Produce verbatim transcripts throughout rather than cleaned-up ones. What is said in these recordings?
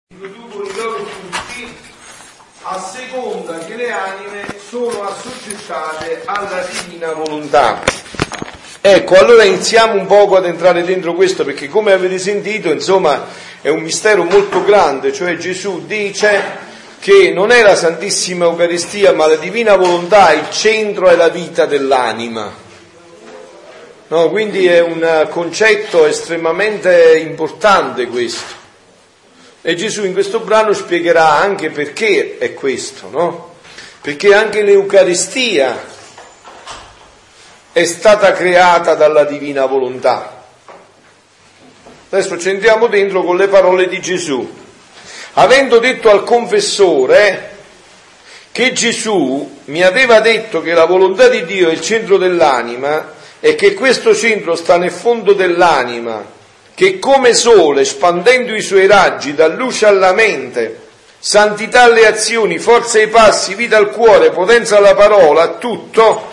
Producono i loro frutti a seconda che le anime sono assoggettate alla divina volontà. Ecco, allora iniziamo un poco ad entrare dentro questo, perché come avete sentito, insomma, è un mistero molto grande. Cioè Gesù dice che non è la Santissima Eucaristia, ma la divina volontà il centro e la vita dell'anima. No, quindi è un concetto estremamente importante questo. E Gesù in questo brano spiegherà anche perché è questo, no? Perché anche l'Eucaristia è stata creata dalla divina volontà. Adesso ci entriamo dentro con le parole di Gesù. Avendo detto al confessore che Gesù mi aveva detto che la volontà di Dio è il centro dell'anima e che questo centro sta nel fondo dell'anima, che come sole, spandendo i suoi raggi, dà luce alla mente, santità alle azioni, forza ai passi, vita al cuore, potenza alla parola, a tutto,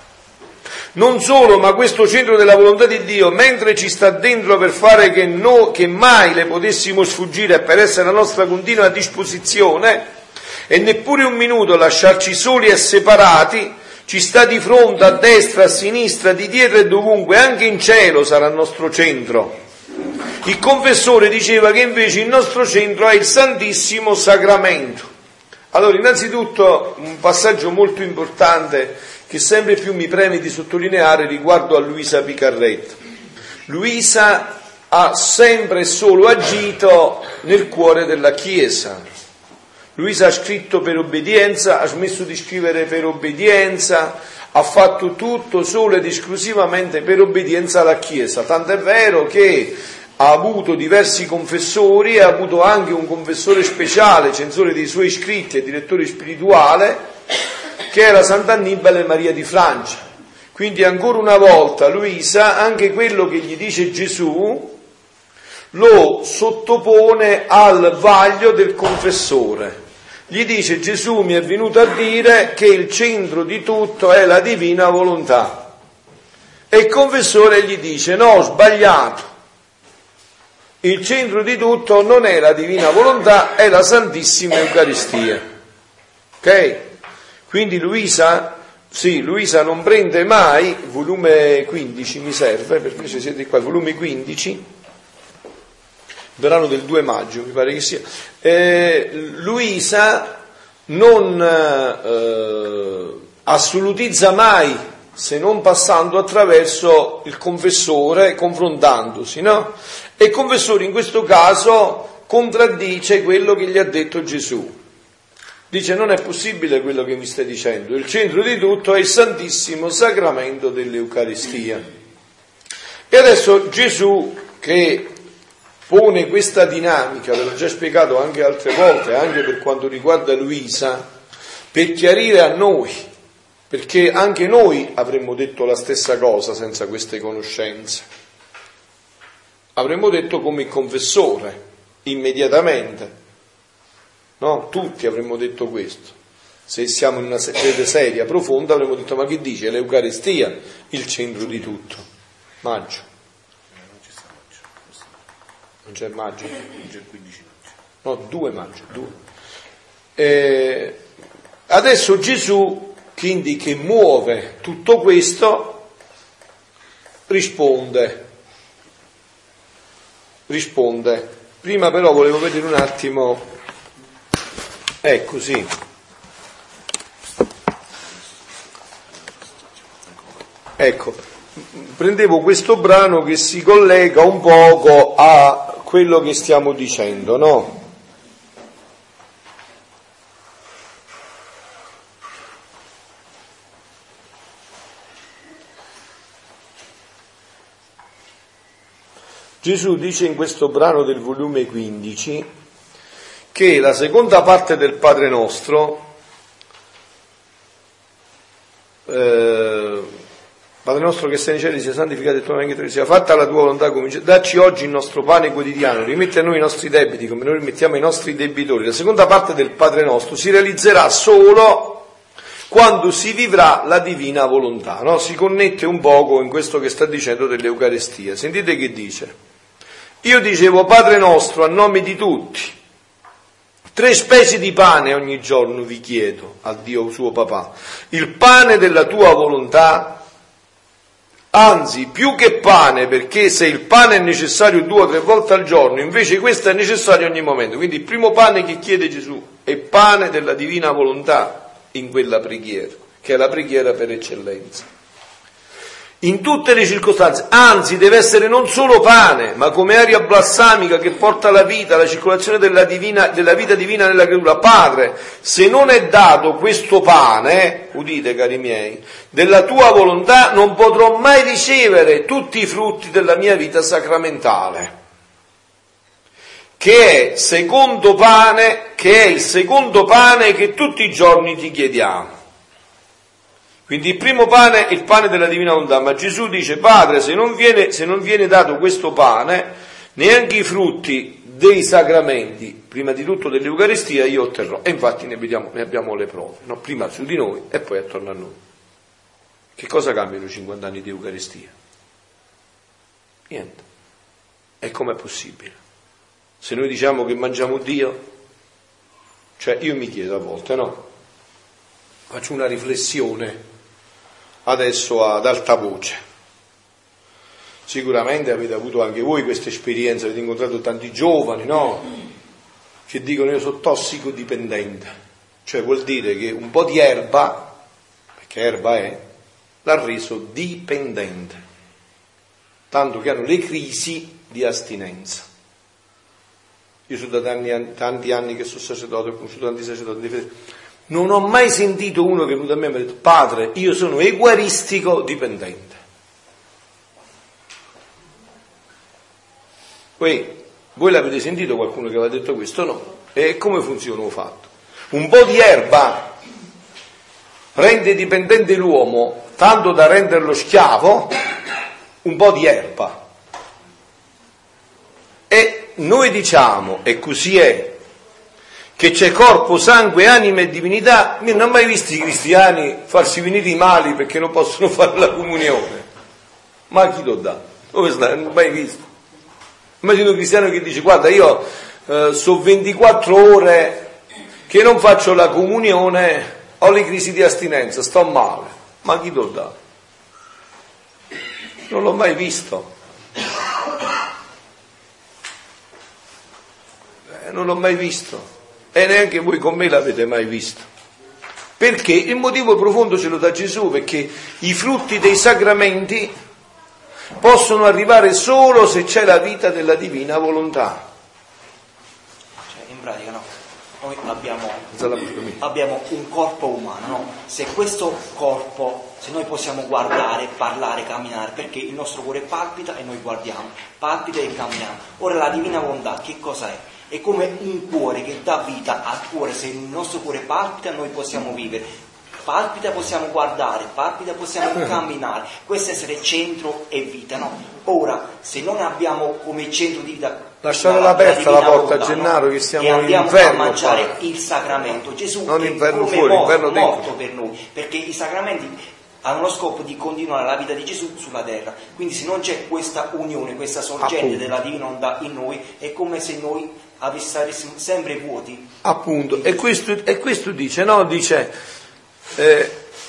non solo, ma questo centro della volontà di Dio, mentre ci sta dentro per fare che, no, che mai le potessimo sfuggire e per essere a nostra continua disposizione, e neppure un minuto lasciarci soli e separati, ci sta di fronte, a destra, a sinistra, di dietro e dovunque, anche in cielo sarà il nostro centro. Il confessore diceva che invece il nostro centro è il Santissimo Sacramento. Allora, innanzitutto, un passaggio molto importante che sempre più mi preme di sottolineare riguardo a Luisa Picarretta. Luisa ha sempre e solo agito nel cuore della Chiesa. Luisa ha scritto per obbedienza, ha smesso di scrivere per obbedienza, ha fatto tutto solo ed esclusivamente per obbedienza alla Chiesa. Tant'è vero che ha avuto diversi confessori, ha avuto anche un confessore speciale, censore dei suoi scritti e direttore spirituale, che era Sant'Annibale Maria di Francia. Quindi ancora una volta Luisa, anche quello che gli dice Gesù, lo sottopone al vaglio del confessore. Gli dice: Gesù mi è venuto a dire che il centro di tutto è la divina volontà. E il confessore gli dice: no, ho sbagliato. Il centro di tutto non è la divina volontà, è la Santissima Eucaristia. Ok? Quindi Luisa, sì, Luisa non prende mai, volume quindici mi serve, perché se siete qua, volume quindici, brano del due maggio, mi pare che sia. Eh, Luisa non eh, assolutizza mai, se non passando attraverso il confessore, confrontandosi, no? E il confessore in questo caso contraddice quello che gli ha detto Gesù. Dice: non è possibile quello che mi stai dicendo, il centro di tutto è il Santissimo Sacramento dell'Eucaristia. E adesso Gesù, che pone questa dinamica, ve l'ho già spiegato anche altre volte, anche per quanto riguarda Luisa, per chiarire a noi, perché anche noi avremmo detto la stessa cosa senza queste conoscenze. Avremmo detto come il confessore, immediatamente. No? Tutti avremmo detto questo. Se siamo in una fede seria, profonda, avremmo detto: ma che dice? L'Eucaristia, il centro di tutto. Maggio. Non c'è maggio? Non c'è il quindici maggio. No, due maggio. due. Eh, adesso Gesù, quindi, che muove tutto questo, risponde. Risponde. Prima però volevo vedere un attimo, ecco sì. Ecco, prendevo questo brano che si collega un poco a quello che stiamo dicendo, no? Gesù dice in questo brano del volume quindici che la seconda parte del Padre Nostro, eh, Padre nostro che sei nei cieli, sia santificato il tuo nome, sia fatta la tua volontà, come dice, dacci oggi il nostro pane quotidiano, rimetti a noi i nostri debiti come noi rimettiamo ai nostri debitori. La seconda parte del Padre Nostro si realizzerà solo quando si vivrà la divina volontà, no? Si connette un poco in questo che sta dicendo dell'Eucaristia. Sentite che dice: io dicevo Padre nostro a nome di tutti, Tre specie di pane ogni giorno vi chiedo, a Dio suo papà, il pane della tua volontà, anzi più che pane, perché se il pane è necessario due o tre volte al giorno, invece questo è necessario ogni momento. Quindi il primo pane che chiede Gesù è pane della divina volontà in quella preghiera, che è la preghiera per eccellenza. In tutte le circostanze, anzi deve essere non solo pane, ma come aria balsamica che porta la vita, la circolazione della, divina, della vita divina nella creatura. Padre, se non è dato questo pane, udite cari miei, della tua volontà, non potrò mai ricevere tutti i frutti della mia vita sacramentale, che è secondo pane, che è il secondo pane che tutti i giorni ti chiediamo. Quindi il primo pane è il pane della divina volontà, ma Gesù dice: Padre, se non viene, se non viene dato questo pane, neanche i frutti dei sacramenti, prima di tutto dell'Eucaristia, io otterrò. E infatti ne abbiamo, ne abbiamo le prove, no? Prima su di noi e poi attorno a noi. Che cosa cambiano i cinquanta anni di Eucaristia? Niente. E com'è possibile? Se noi diciamo che mangiamo Dio, cioè io mi chiedo a volte, no? Faccio una riflessione adesso ad alta voce. Sicuramente avete avuto anche voi questa esperienza, avete incontrato tanti giovani, no? Che dicono: io sono tossicodipendente, cioè vuol dire che un po' di erba, perché erba è, l'ha reso dipendente, tanto che hanno le crisi di astinenza. Io sono da tanti, tanti anni che sono sacerdote, ho conosciuto tanti sacerdoti di fede. Non ho mai sentito uno che è venuto a me e mi ha detto: Padre, io sono eguaristico dipendente. Poi, voi l'avete sentito qualcuno che aveva detto questo? No. E come funziona il fatto? Un po' di erba rende dipendente l'uomo tanto da renderlo schiavo, un po' di erba. E noi diciamo, e così è, che c'è corpo, sangue, anima e divinità. Io non ho mai visto i cristiani farsi venire i mali perché non possono fare la comunione. Ma chi lo dà? Dove sta? Non ho mai visto. Immagino un cristiano che dice: guarda, io eh, sono ventiquattro ore che non faccio la comunione, ho le crisi di astinenza, sto male. Ma chi lo dà? Non l'ho mai visto. Eh, non l'ho mai visto. E neanche voi con me l'avete mai visto. Perché? Il motivo profondo ce lo dà Gesù, perché i frutti dei sacramenti possono arrivare solo se c'è la vita della divina volontà. Cioè, in pratica, no? Noi abbiamo, abbiamo un corpo umano, no? Se questo corpo, se noi possiamo guardare, parlare, camminare, perché il nostro cuore palpita e noi guardiamo, palpita e camminiamo. Ora la divina volontà che cosa è? È come un cuore che dà vita al cuore. Se il nostro cuore palpita, noi possiamo vivere. Palpita, possiamo guardare, palpita, possiamo camminare. Questo è essere centro e vita, no? Ora, se non abbiamo come centro di vita, lasciare aperta la porta a Gennaro, no? Che siamo in inverno, andiamo a mangiare qua il sacramento. Gesù non è inverno come fuori, morto, inverno morto per noi, perché i sacramenti hanno lo scopo di continuare la vita di Gesù sulla terra. Quindi se non c'è questa unione, questa sorgente Appunto. della divina volontà in noi, è come se noi avessimo sempre vuoti. Appunto, e questo, e questo dice, no? Dice, eh,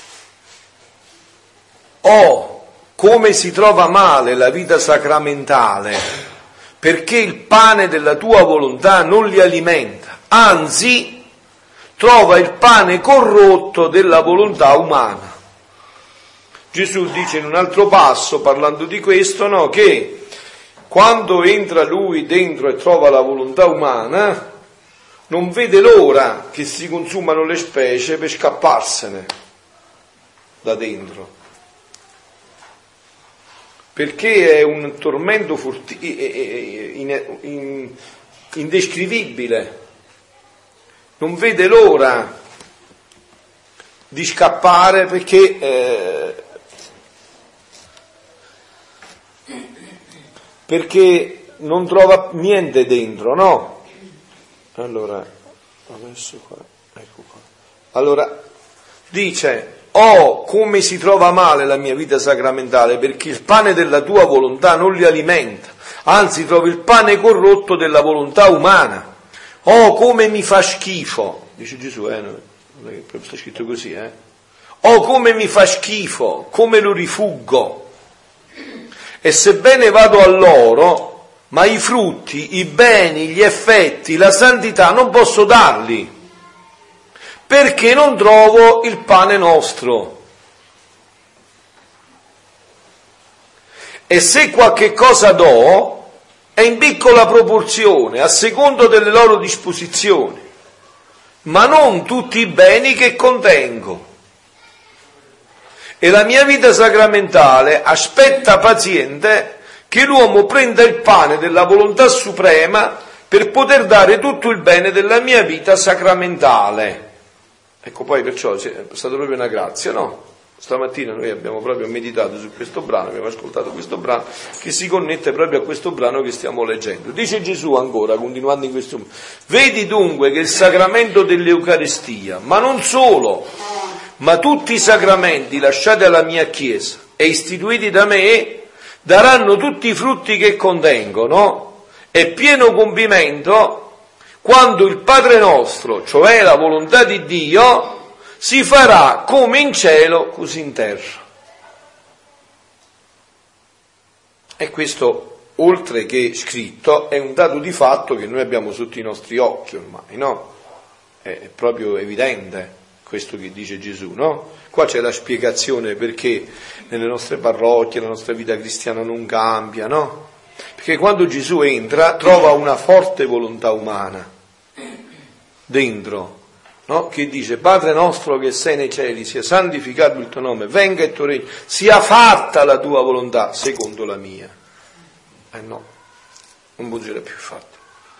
oh, come si trova male la vita sacramentale, perché il pane della tua volontà non li alimenta, anzi, trova il pane corrotto della volontà umana. Gesù dice in un altro passo, parlando di questo, no, che quando entra lui dentro e trova la volontà umana, non vede l'ora che si consumano le specie per scapparsene da dentro, perché è un tormento furti- indescrivibile. Non vede l'ora di scappare perché eh, perché non trova niente dentro, no? Allora, adesso qua, ecco qua. Allora, dice, oh, come si trova male la mia vita sacramentale, perché il pane della tua volontà non li alimenta, anzi trovi il pane corrotto della volontà umana. Oh, come mi fa schifo, dice Gesù, eh, non è che proprio sta scritto così, eh? Oh, come mi fa schifo, come lo rifuggo. E sebbene vado a loro, ma i frutti, i beni, gli effetti, la santità non posso darli, perché non trovo il pane nostro. E se qualche cosa do, è in piccola proporzione, a secondo delle loro disposizioni, ma non tutti i beni che contengo. E la mia vita sacramentale aspetta paziente che l'uomo prenda il pane della volontà suprema per poter dare tutto il bene della mia vita sacramentale. Ecco, poi perciò è stata proprio una grazia, no? Stamattina noi abbiamo proprio meditato su questo brano, abbiamo ascoltato questo brano che si connette proprio a questo brano che stiamo leggendo. Dice Gesù ancora, continuando in questo modo: vedi dunque che il sacramento dell'Eucaristia, ma non solo, ma tutti i sacramenti lasciati alla mia Chiesa e istituiti da me, daranno tutti i frutti che contengono e pieno compimento quando il Padre nostro, cioè la volontà di Dio, si farà come in cielo, così in terra. E questo, oltre che scritto, è un dato di fatto che noi abbiamo sotto i nostri occhi ormai, no? È proprio evidente questo che dice Gesù, no? Qua c'è la spiegazione perché nelle nostre parrocchie la nostra vita cristiana non cambia, no? Perché quando Gesù entra trova una forte volontà umana dentro, no? Che dice: Padre nostro che sei nei cieli, sia santificato il tuo nome, venga il tuo regno, sia fatta la tua volontà secondo la mia. Eh no, non funziona più, infatti.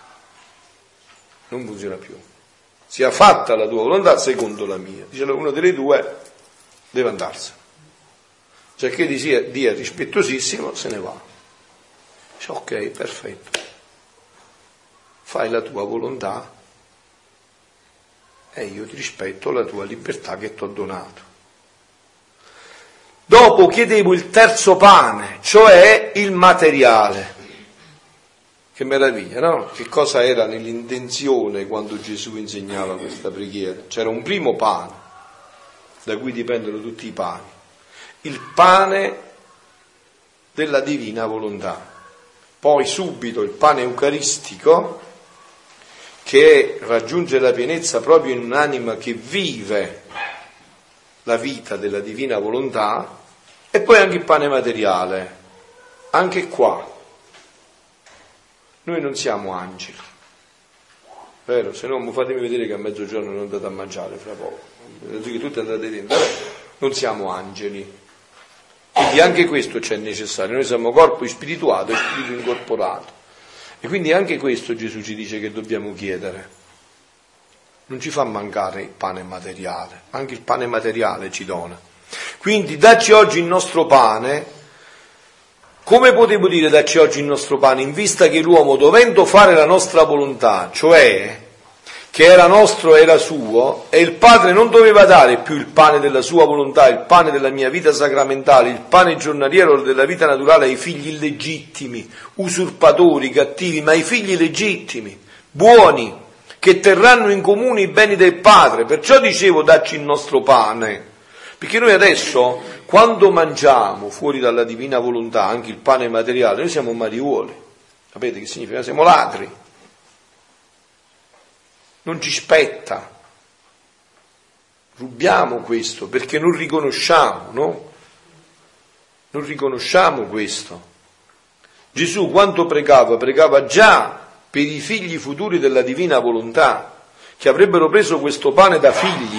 Non funziona più. Sia fatta la tua volontà secondo la mia. Dice uno delle due deve andarsene. Cioè che Dio è rispettosissimo, se ne va. Dice: ok, perfetto. Fai la tua volontà e io ti rispetto la tua libertà che ti ho donato. Dopo chiedevo il terzo pane, cioè il materiale. Che meraviglia, no? Che cosa era nell'intenzione quando Gesù insegnava questa preghiera? C'era un primo pane, da cui dipendono tutti i pani, il pane della divina volontà. Poi subito il pane eucaristico, che raggiunge la pienezza proprio in un'anima che vive la vita della divina volontà, e poi anche il pane materiale. Anche qua noi non siamo angeli, vero? Se no fatemi vedere che a mezzogiorno non andate a mangiare fra poco, che tutti andate dentro. Non siamo angeli, quindi anche questo c'è necessario. Noi siamo corpo spirituato e spirito incorporato, e quindi anche questo Gesù ci dice che dobbiamo chiedere. Non ci fa mancare il pane materiale, anche il pane materiale ci dona. Quindi dacci oggi il nostro pane. Come potevo dire dacci oggi il nostro pane, in vista che l'uomo, dovendo fare la nostra volontà, cioè che era nostro, era suo, e il Padre non doveva dare più il pane della sua volontà, il pane della mia vita sacramentale, il pane giornaliero della vita naturale ai figli illegittimi, usurpatori, cattivi, ma ai figli legittimi, buoni, che terranno in comune i beni del Padre. Perciò dicevo dacci il nostro pane, perché noi adesso, quando mangiamo fuori dalla divina volontà anche il pane materiale, noi siamo mariuoli. Sapete che significa? Siamo ladri. Non ci spetta. Rubiamo questo perché non riconosciamo, no? Non riconosciamo questo. Gesù quando pregava, pregava già per i figli futuri della divina volontà, che avrebbero preso questo pane da figli.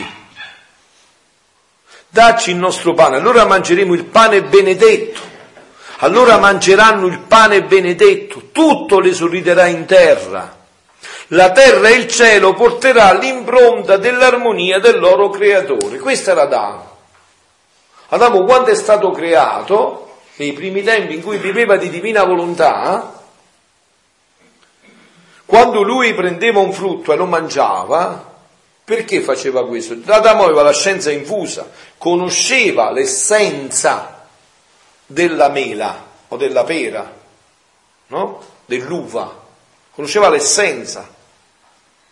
Dacci il nostro pane, allora mangeremo il pane benedetto, allora mangeranno il pane benedetto, tutto le sorriderà in terra, la terra e il cielo porterà l'impronta dell'armonia del loro creatore. Questo era Adamo. Adamo quando è stato creato, nei primi tempi in cui viveva di divina volontà, quando lui prendeva un frutto e lo mangiava, perché faceva questo? Adamo aveva la scienza infusa, conosceva l'essenza della mela o della pera, no? Dell'uva, conosceva l'essenza.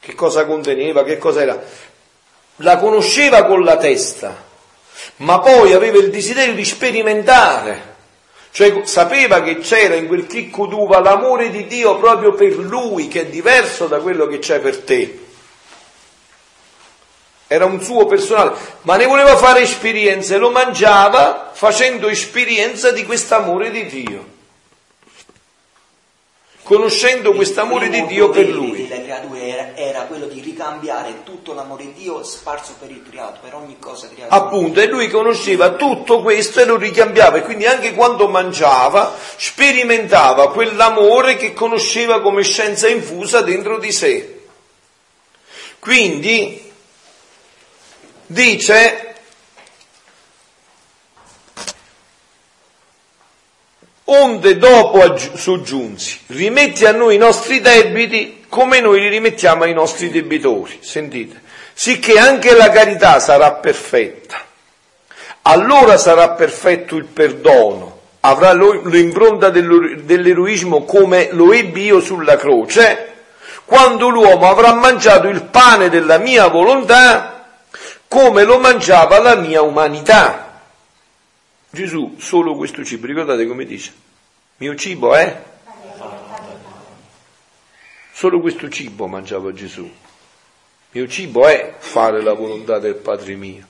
che cosa conteneva, che cosa era. La conosceva con la testa, ma poi aveva il desiderio di sperimentare. Cioè sapeva che c'era in quel chicco d'uva l'amore di Dio proprio per lui, che è diverso da quello che c'è per te. Era un suo personale, ma ne voleva fare esperienze, lo mangiava facendo esperienza di quest'amore di Dio, conoscendo quest'amore di Dio per lui. Le creature era, era quello di ricambiare tutto l'amore di Dio sparso per il creato, per ogni cosa creata. Appunto, e lui conosceva tutto questo e lo ricambiava, e quindi anche quando mangiava sperimentava quell'amore che conosceva come scienza infusa dentro di sé. Quindi dice: onde dopo soggiunsi, rimetti a noi i nostri debiti come noi li rimettiamo ai nostri debitori. Sentite, sicché anche la carità sarà perfetta, allora sarà perfetto il perdono, avrà l'impronta dell'eroismo come lo ebbi io sulla croce, quando l'uomo avrà mangiato il pane della mia volontà come lo mangiava la mia umanità. Gesù solo questo cibo, ricordate come dice? Mio cibo è? Solo questo cibo mangiava Gesù. Mio cibo è fare la volontà del Padre mio.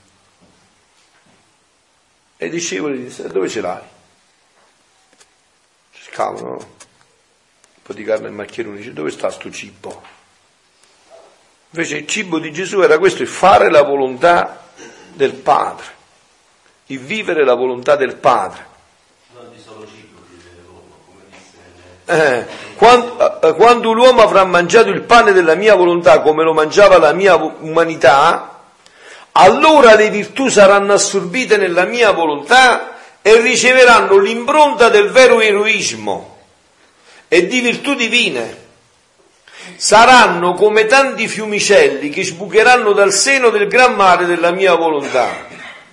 E i discepoli gli dissero: dove ce l'hai? Cercavano, no? Un po' di carne e maccheroni. Dice: dove sta sto cibo? Invece il cibo di Gesù era questo: il fare la volontà del Padre, il vivere la volontà del Padre. Non di solo cibo, dice l'uomo, come disse. Eh, quando, quando l'uomo avrà mangiato il pane della mia volontà come lo mangiava la mia umanità, allora le virtù saranno assorbite nella mia volontà e riceveranno l'impronta del vero eroismo e di virtù divine. Saranno come tanti fiumicelli che sbucheranno dal seno del gran mare della mia volontà.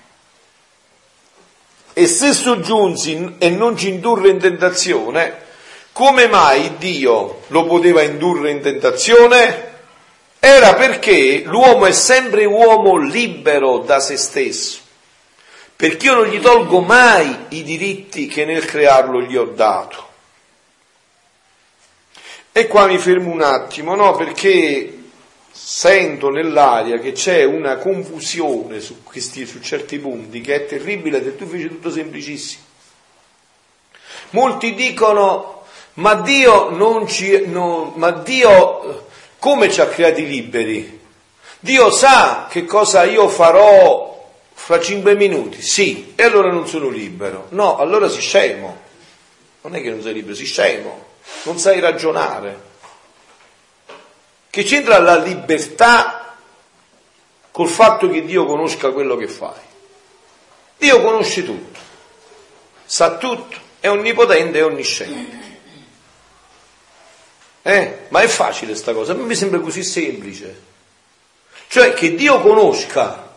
E se soggiunsi e non ci indurre in tentazione, come mai Dio lo poteva indurre in tentazione? Era perché l'uomo è sempre uomo libero da se stesso, perché io non gli tolgo mai i diritti che nel crearlo gli ho dato. E qua mi fermo un attimo, no? Perché sento nell'aria che c'è una confusione su questi, su certi punti, che è terribile, e tu feci tutto semplicissimo. Molti dicono: ma Dio non ci, no, ma Dio come ci ha creati liberi? Dio sa che cosa io farò fra cinque minuti, sì, e allora non sono libero. No, allora sei scemo. Non è che non sei libero, sei scemo. Non sai ragionare. Che c'entra la libertà col fatto che Dio conosca quello che fai? Dio conosce tutto, sa tutto, è onnipotente e onnisciente. Eh? Ma è facile sta cosa? A me mi sembra così semplice. Cioè che Dio conosca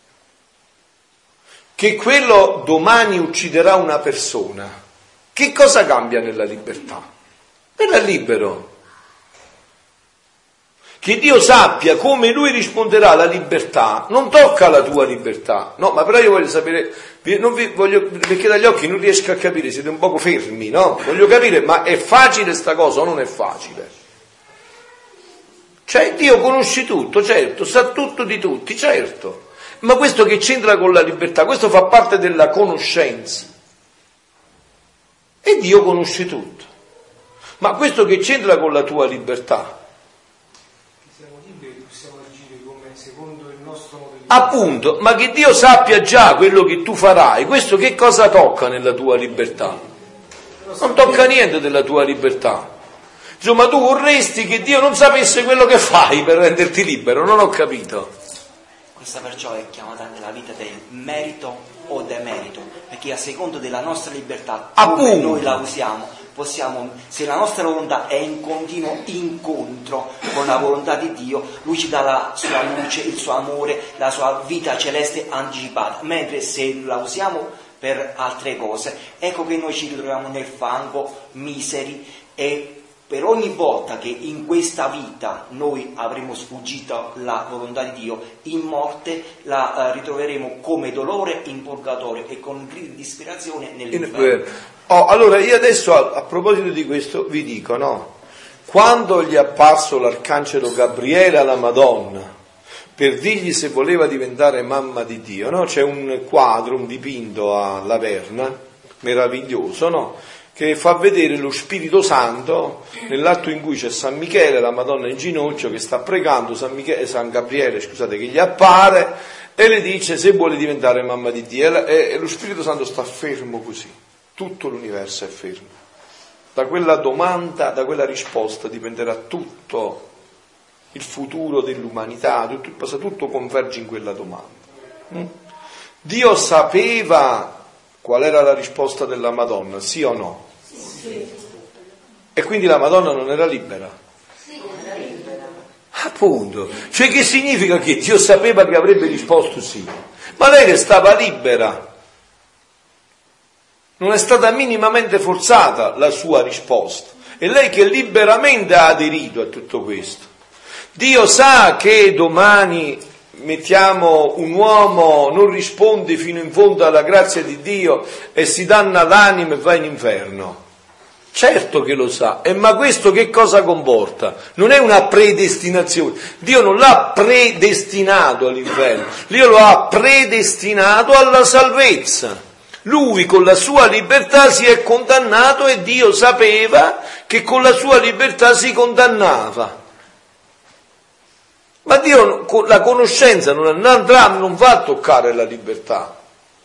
che quello domani ucciderà una persona. Che cosa cambia nella libertà? Quello è libero. Che Dio sappia come Lui risponderà alla libertà non tocca la tua libertà. No, ma però io voglio sapere, non vi voglio, perché dagli occhi non riesco a capire, siete un poco fermi, no? Voglio capire, ma è facile sta cosa o non è facile? Cioè Dio conosce tutto, certo, sa tutto di tutti, certo. Ma questo che c'entra con la libertà? Questo fa parte della conoscenza. E Dio conosce tutto. Ma questo che c'entra con la tua libertà? Siamo liberi, possiamo agire come secondo il nostro modo di Appunto, ma che Dio sappia già quello che tu farai, questo che cosa tocca nella tua libertà? Non tocca niente della tua libertà. Insomma, tu vorresti che Dio non sapesse quello che fai per renderti libero, non ho capito. Questa perciò è chiamata nella vita del merito o demerito, perché a secondo della nostra libertà, come Appunto. Noi la usiamo, possiamo, se la nostra volontà è in continuo incontro con la volontà di Dio, Lui ci dà la sua luce, il suo amore, la sua vita celeste anticipata, mentre se la usiamo per altre cose, ecco che noi ci ritroviamo nel fango, miseri e per ogni volta che in questa vita noi avremo sfuggito la volontà di Dio, in morte la uh, ritroveremo come dolore in purgatorio e con grida di disperazione nell'inferno. Oh, allora io adesso a, a proposito di questo vi dico, no? Quando gli è apparso l'arcangelo Gabriele alla Madonna per dirgli se voleva diventare mamma di Dio, no? C'è un quadro, un dipinto a Laverna, meraviglioso, no? Che fa vedere lo Spirito Santo nell'atto in cui c'è San Michele, la Madonna in ginocchio che sta pregando, San, Michele, San Gabriele, scusate, che gli appare e le dice se vuole diventare mamma di Dio, e, e lo Spirito Santo sta fermo così, tutto l'universo è fermo. Da quella domanda, da quella risposta dipenderà tutto il futuro dell'umanità, tutto, tutto converge in quella domanda. Dio sapeva qual era la risposta della Madonna, sì o no? Sì. E quindi la Madonna non era libera? Sì, era libera. Appunto, cioè che significa che Dio sapeva che avrebbe risposto sì, ma lei che stava libera, non è stata minimamente forzata la sua risposta, e lei che liberamente ha aderito a tutto questo. Dio sa che domani, mettiamo, un uomo non risponde fino in fondo alla grazia di Dio e si danna l'anima e va in inferno. Certo che lo sa, e ma questo che cosa comporta? Non è una predestinazione. Dio non l'ha predestinato all'inferno, Dio lo ha predestinato alla salvezza. Lui con la sua libertà si è condannato e Dio sapeva che con la sua libertà si condannava. Ma Dio con la conoscenza non andrà, non va a toccare la libertà.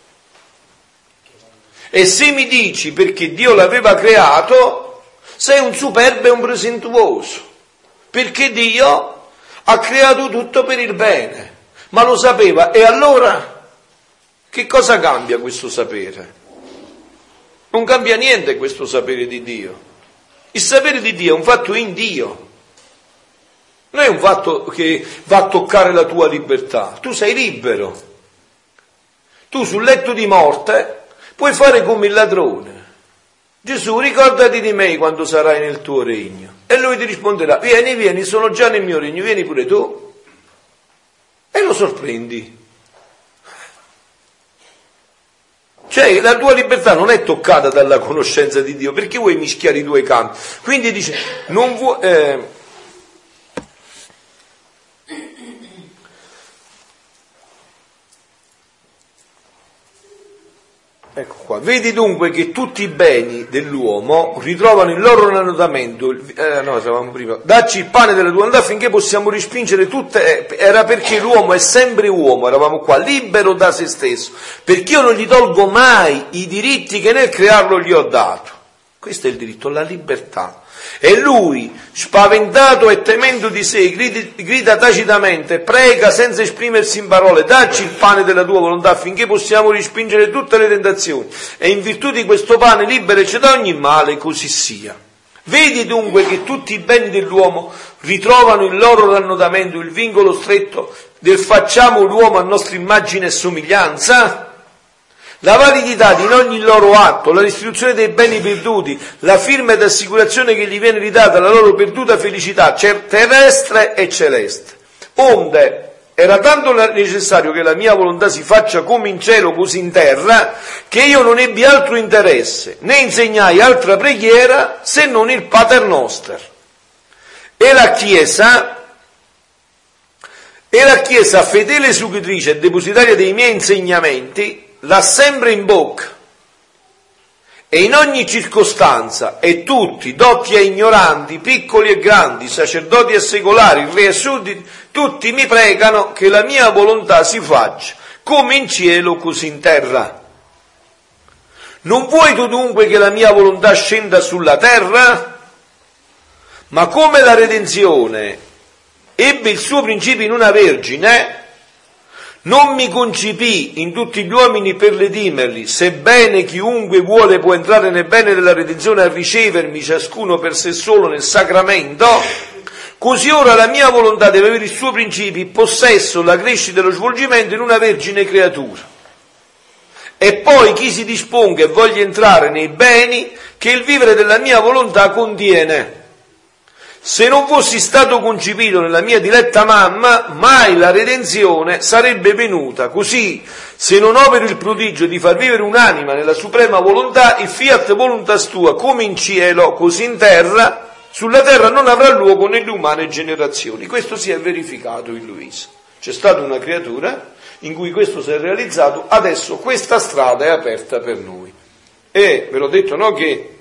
E se mi dici perché Dio l'aveva creato, sei un superbo e un presuntuoso, perché Dio ha creato tutto per il bene, ma lo sapeva. E allora che cosa cambia questo sapere? Non cambia niente questo sapere di Dio. Il sapere di Dio è un fatto in Dio. Non è un fatto che va a toccare la tua libertà. Tu sei libero. Tu sul letto di morte puoi fare come il ladrone. Gesù, ricordati di me quando sarai nel tuo regno. E lui ti risponderà, vieni, vieni, sono già nel mio regno, vieni pure tu. E lo sorprendi. Cioè la tua libertà non è toccata dalla conoscenza di Dio, perché vuoi mischiare i due campi? Quindi dice, non vuoi... Eh, Ecco qua, vedi dunque che tutti i beni dell'uomo ritrovano il loro annodamento, eh, no, stavamo prima, dacci il pane della tua volontà affinché possiamo respingere tutte, eh, era perché l'uomo è sempre uomo, eravamo qua, libero da se stesso, perché io non gli tolgo mai i diritti che nel crearlo gli ho dato. Questo è il diritto, la libertà. E lui, spaventato e temendo di sé, grida, grida tacitamente, prega senza esprimersi in parole, dacci il pane della tua volontà affinché possiamo respingere tutte le tentazioni e in virtù di questo pane liberaci da ogni male, così sia. Vedi dunque che tutti i beni dell'uomo ritrovano il loro rannodamento, il vincolo stretto del facciamo l'uomo a nostra immagine e somiglianza, la validità di ogni loro atto, la restituzione dei beni perduti, la firma ed assicurazione che gli viene ridata la loro perduta felicità terrestre e celeste. Onde era tanto necessario che la mia volontà si faccia come in cielo così in terra, che io non ebbi altro interesse, né insegnai altra preghiera se non il Pater Noster. E la Chiesa... E la Chiesa, fedele esecutrice e depositaria dei miei insegnamenti, l'ha sempre in bocca e in ogni circostanza, e tutti, dotti e ignoranti, piccoli e grandi, sacerdoti e secolari, re e sudditi, tutti mi pregano che la mia volontà si faccia come in cielo così in terra. Non vuoi tu dunque che la mia volontà scenda sulla terra? Ma come la redenzione ebbe il suo principio in una vergine, non mi concepì in tutti gli uomini per redimerli, sebbene chiunque vuole può entrare nel bene della redenzione a ricevermi ciascuno per sé solo nel sacramento, così ora la mia volontà deve avere il suo principio, il possesso, la crescita e lo svolgimento in una vergine creatura. E poi chi si disponga e voglia entrare nei beni che il vivere della mia volontà contiene. se non fossi stato concepito nella mia diletta mamma, mai la redenzione sarebbe venuta. Così, se non opero il prodigio di far vivere un'anima nella suprema volontà, il fiat voluntas tua, come in cielo, così in terra, sulla terra non avrà luogo nelle umane generazioni. Questo si è verificato in Luisa. C'è stata una creatura in cui questo si è realizzato, adesso questa strada è aperta per noi. E ve l'ho detto, no, che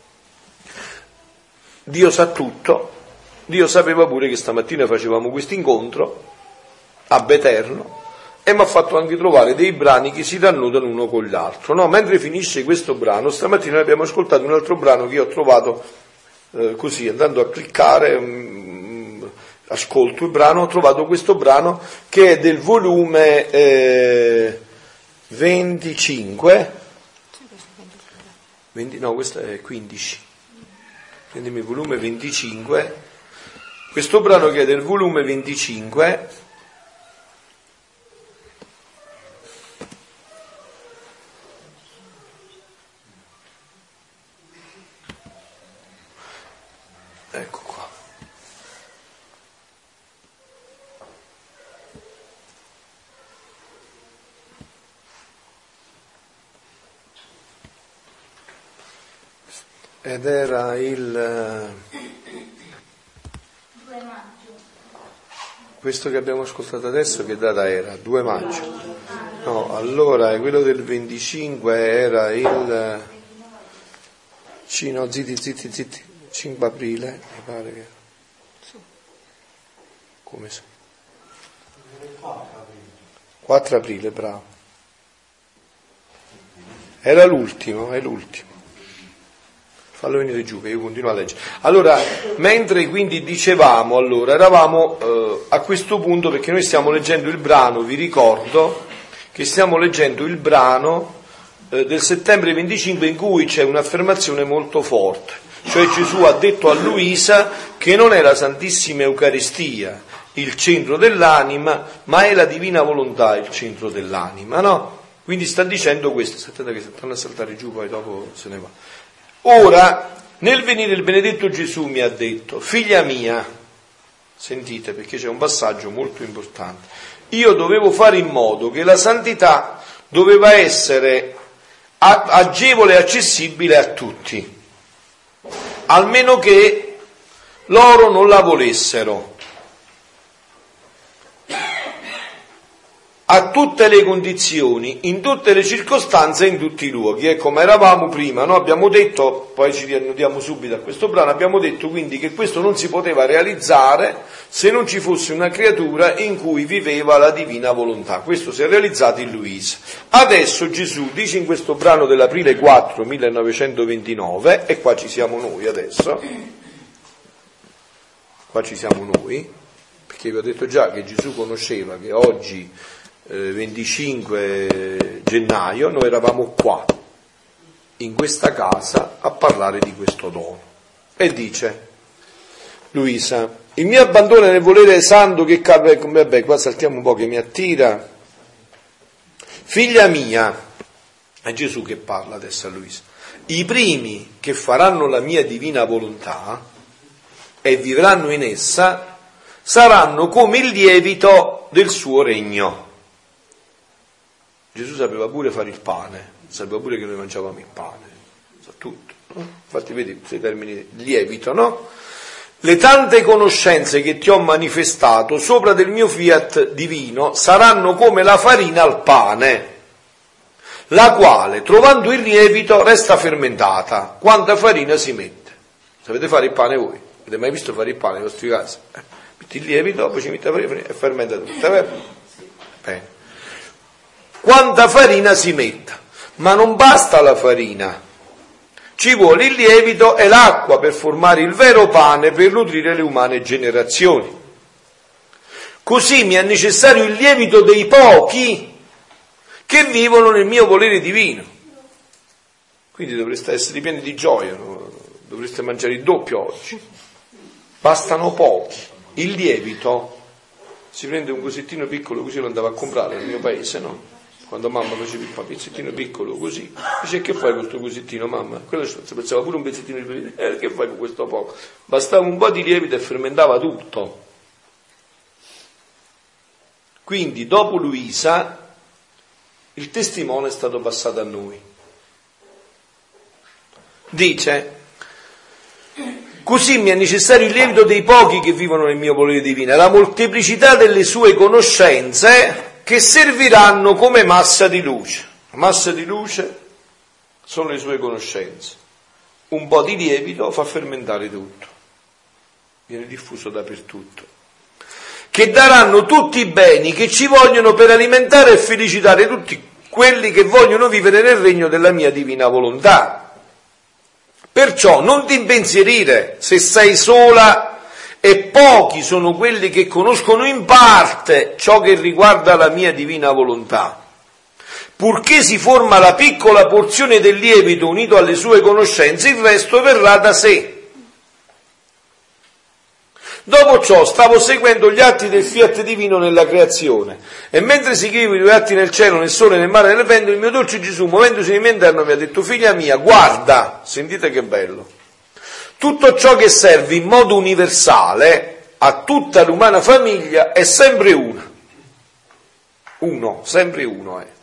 Dio sa tutto. Dio sapeva pure che stamattina facevamo questo incontro ab eterno e mi ha fatto anche trovare dei brani che si rannodano uno con l'altro, no? Mentre finisce questo brano, stamattina abbiamo ascoltato un altro brano che io ho trovato eh, così, andando a cliccare, um, ascolto il brano, ho trovato questo brano che è del volume eh, venticinque, venti, no, questo è quindici, prendimi il volume venticinque. Questo brano che è del volume venticinque, ecco qua, ed era il... Questo che abbiamo ascoltato adesso che data era? due maggio. No, allora quello del venticinque era il... No, zitti, zitti, zitti. cinque aprile, mi pare che... Come so? quattro aprile, bravo. Era l'ultimo, è l'ultimo. Fallo venire giù che io continuo a leggere. Allora, mentre quindi dicevamo, allora, eravamo eh, a questo punto, perché noi stiamo leggendo il brano, vi ricordo che stiamo leggendo il brano eh, del settembre venticinque in cui c'è un'affermazione molto forte, cioè Gesù ha detto a Luisa che non è la Santissima Eucaristia il centro dell'anima, ma è la Divina Volontà il centro dell'anima, no? Quindi sta dicendo questo, aspettate che stanno a saltare giù, poi dopo se ne va. Ora, nel venire il benedetto Gesù mi ha detto, figlia mia, sentite perché c'è un passaggio molto importante, io dovevo fare in modo che la santità doveva essere agevole e accessibile a tutti, almeno che loro non la volessero. A tutte le condizioni, in tutte le circostanze, in tutti i luoghi. E come eravamo prima, no? Abbiamo detto, poi ci riannudiamo subito a questo brano, abbiamo detto quindi che questo non si poteva realizzare se non ci fosse una creatura in cui viveva la divina volontà. Questo si è realizzato in Luisa. Adesso Gesù dice in questo brano dell'aprile quattro millenovecentoventinove, e qua ci siamo noi adesso, qua ci siamo noi, perché vi ho detto già che Gesù conosceva che oggi venticinque gennaio noi eravamo qua in questa casa a parlare di questo dono, e dice Luisa, il mio abbandono nel volere santo che calma, vabbè qua saltiamo un po' che mi attira, figlia mia, è Gesù che parla adesso a Luisa, i primi che faranno la mia divina volontà e vivranno in essa saranno come il lievito del suo regno. Gesù sapeva pure fare il pane, sapeva pure che noi mangiavamo il pane, sa tutto, no? Infatti vedi questi termini lievito, no? Le tante conoscenze che ti ho manifestato sopra del mio fiat divino saranno come la farina al pane, la quale, trovando il lievito, resta fermentata, quanta farina si mette. Sapete fare il pane voi? Avete mai visto fare il pane nei vostri casi? Eh, metti il lievito, poi ci metti la farina e fermenta tutto, è vero? Bene. Quanta farina si metta, ma non basta la farina, ci vuole il lievito e l'acqua per formare il vero pane per nutrire le umane generazioni. Così mi è necessario il lievito dei pochi che vivono nel mio volere divino. Quindi dovreste essere pieni di gioia, no? Dovreste mangiare il doppio oggi. Bastano pochi. Il lievito si prende un cosettino piccolo, così lo andavo a comprare nel mio paese, no? quando mamma faceva un pezzettino piccolo così, dice: che fai con questo pezzettino, mamma? Quello si pensava pure un pezzettino di lievito, eh, che fai con questo poco? Bastava un po' di lievito e fermentava tutto. Quindi dopo Luisa il testimone è stato passato a noi. Dice: così mi è necessario il lievito dei pochi che vivono nel mio volere divino, la molteplicità delle sue conoscenze che serviranno come massa di luce. La massa di luce sono le sue conoscenze. Un po' di lievito fa fermentare tutto, viene diffuso dappertutto. Che daranno tutti i beni che ci vogliono per alimentare e felicitare tutti quelli che vogliono vivere nel regno della mia divina volontà. Perciò non ti impensierire se sei sola e pochi sono quelli che conoscono in parte ciò che riguarda la mia divina volontà. Purché si forma la piccola porzione del lievito unito alle sue conoscenze, il resto verrà da sé. Dopo ciò stavo seguendo gli atti del fiat divino nella creazione, e mentre seguivo i due atti nel cielo, nel sole, nel mare e nel vento, il mio dolce Gesù, muovendosi nel mio interno, mi ha detto: figlia mia, guarda, sentite che bello, tutto ciò che serve in modo universale a tutta l'umana famiglia è sempre una. Uno, sempre uno è.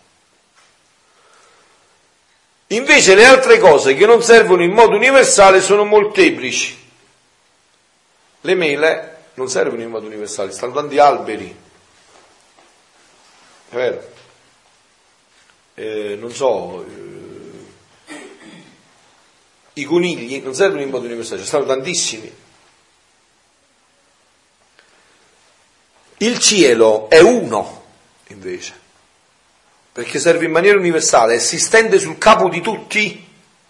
Invece le altre cose che non servono in modo universale sono molteplici. Le mele non servono in modo universale, stanno tanti alberi, è vero? Eh, non so, eh, i conigli non servono in modo universale, ci stanno tantissimi. Il cielo è uno, invece, perché serve in maniera universale e si stende sul capo di tutti.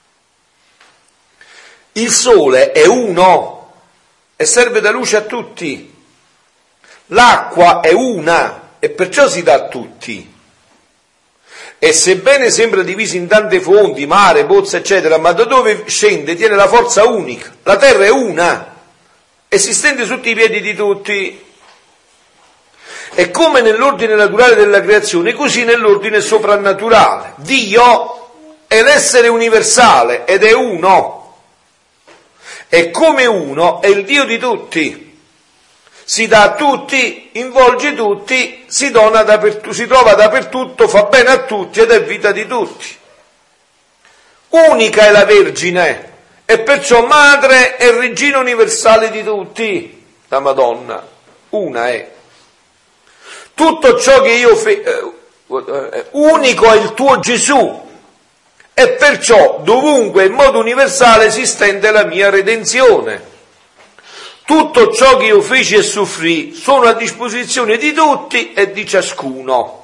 Il sole è uno e serve da luce a tutti. L'acqua è una e perciò si dà a tutti. E sebbene sembra diviso in tante fonti, mare, pozza, eccetera, ma da dove scende tiene la forza unica. La terra è una e si stende sotto i piedi di tutti. E come nell'ordine naturale della creazione, così nell'ordine soprannaturale. Dio è l'essere universale ed è uno. E come uno è il Dio di tutti. Si dà a tutti, involge tutti, si dona dappertutto, si trova dappertutto, fa bene a tutti ed è vita di tutti. Unica è la Vergine e perciò madre e regina universale di tutti. La Madonna, una è. Tutto ciò che io fe- eh, unico è il tuo Gesù. E perciò dovunque in modo universale si stende la mia redenzione. Tutto ciò che io feci e soffrì sono a disposizione di tutti e di ciascuno.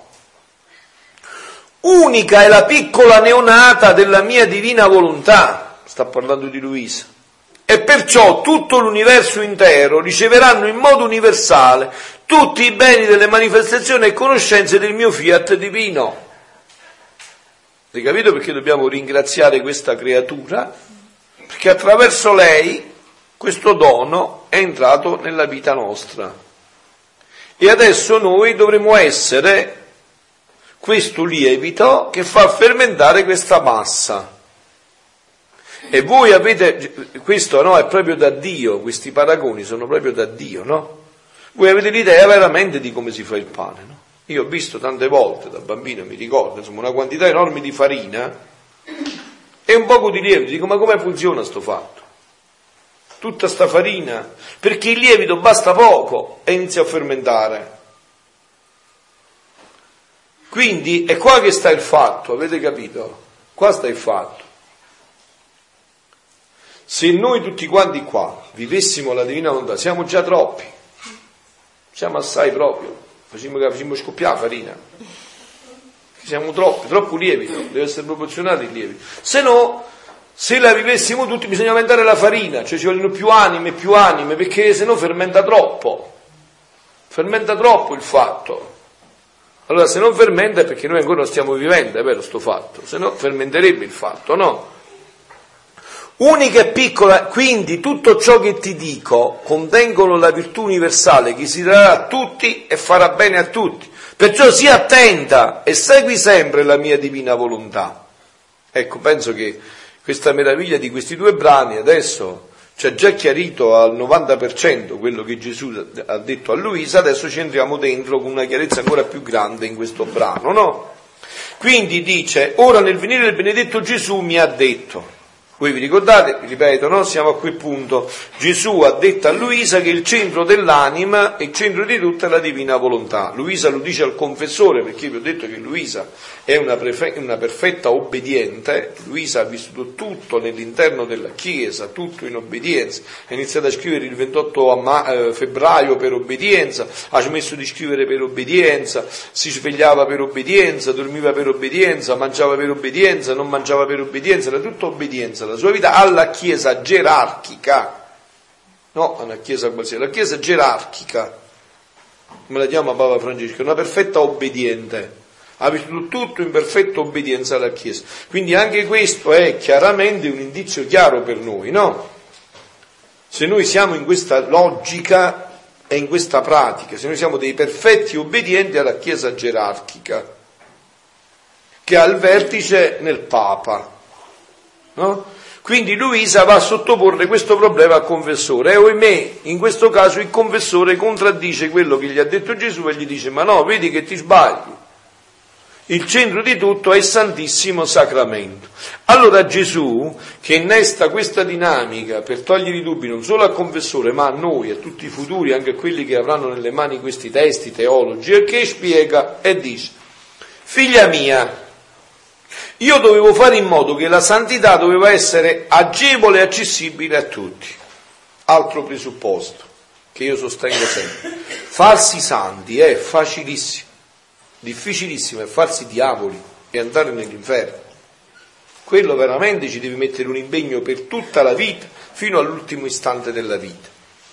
Unica è la piccola neonata della mia divina volontà, sta parlando di Luisa, e perciò tutto l'universo intero riceveranno in modo universale tutti i beni delle manifestazioni e conoscenze del mio fiat divino. Hai capito perché dobbiamo ringraziare questa creatura? Perché attraverso lei questo dono è entrato nella vita nostra. E adesso noi dovremo essere questo lievito che fa fermentare questa massa. E voi avete, questo no, è proprio da Dio, questi paragoni sono proprio da Dio, no? Voi avete l'idea veramente di come si fa il pane, no? Io ho visto tante volte, da bambino mi ricordo, insomma, una quantità enorme di farina e un poco di lievito. Dico, ma come funziona sto fatto? Tutta sta farina? Perché il lievito basta poco e inizia a fermentare. Quindi è qua che sta il fatto, avete capito? Qua sta il fatto. Se noi tutti quanti qua vivessimo la divina volontà, siamo già troppi, siamo assai proprio. Facciamo, facciamo scoppiare la farina, siamo troppi, troppo lievito, deve essere proporzionato il lievito, se no, se la vivessimo tutti bisogna aumentare la farina, cioè ci vogliono più anime, più anime, perché se no fermenta troppo, fermenta troppo il fatto. Allora se non fermenta è perché noi ancora non stiamo vivendo, è vero sto fatto, se no fermenterebbe il fatto, no? Unica e piccola, quindi tutto ciò che ti dico contengono la virtù universale che si darà a tutti e farà bene a tutti. Perciò sii attenta e segui sempre la mia divina volontà. Ecco, penso che questa meraviglia di questi due brani adesso ci ha già chiarito al novanta per cento quello che Gesù ha detto a Luisa, adesso ci entriamo dentro con una chiarezza ancora più grande in questo brano, no? Quindi dice, ora nel venire del benedetto Gesù mi ha detto. Voi vi ricordate, vi ripeto, no? Siamo a quel punto. Gesù ha detto a Luisa che il centro dell'anima, il centro di tutta è la divina volontà. Luisa lo dice al confessore, perché vi ho detto che Luisa è una, prefe- una perfetta obbediente. Luisa ha vissuto tutto nell'interno della Chiesa, tutto in obbedienza. Ha iniziato a scrivere il ventotto a ma- eh, febbraio per obbedienza, ha smesso di scrivere per obbedienza, si svegliava per obbedienza, dormiva per obbedienza, mangiava per obbedienza, non mangiava per obbedienza, era tutta obbedienza. La sua vita alla Chiesa gerarchica, no, una Chiesa qualsiasi, la Chiesa gerarchica, come la chiama Papa Francesco, una perfetta obbediente, ha vissuto tutto in perfetta obbedienza alla Chiesa. Quindi anche questo è chiaramente un indizio chiaro per noi, no? Se noi siamo in questa logica e in questa pratica, se noi siamo dei perfetti obbedienti alla Chiesa gerarchica, che ha il vertice nel Papa, no? Quindi Luisa va a sottoporre questo problema al confessore e ohimè, in questo caso il confessore contraddice quello che gli ha detto Gesù e gli dice: ma no, vedi che ti sbagli, il centro di tutto è il Santissimo Sacramento. Allora Gesù, che innesta questa dinamica per togliere i dubbi non solo al confessore ma a noi, a tutti i futuri, anche a quelli che avranno nelle mani questi testi teologi, e che spiega e dice: figlia mia, io dovevo fare in modo che la santità doveva essere agevole e accessibile a tutti. Altro presupposto che io sostengo sempre: farsi santi è facilissimo, difficilissimo è farsi diavoli e andare nell'inferno. Quello veramente ci deve mettere un impegno per tutta la vita, fino all'ultimo istante della vita.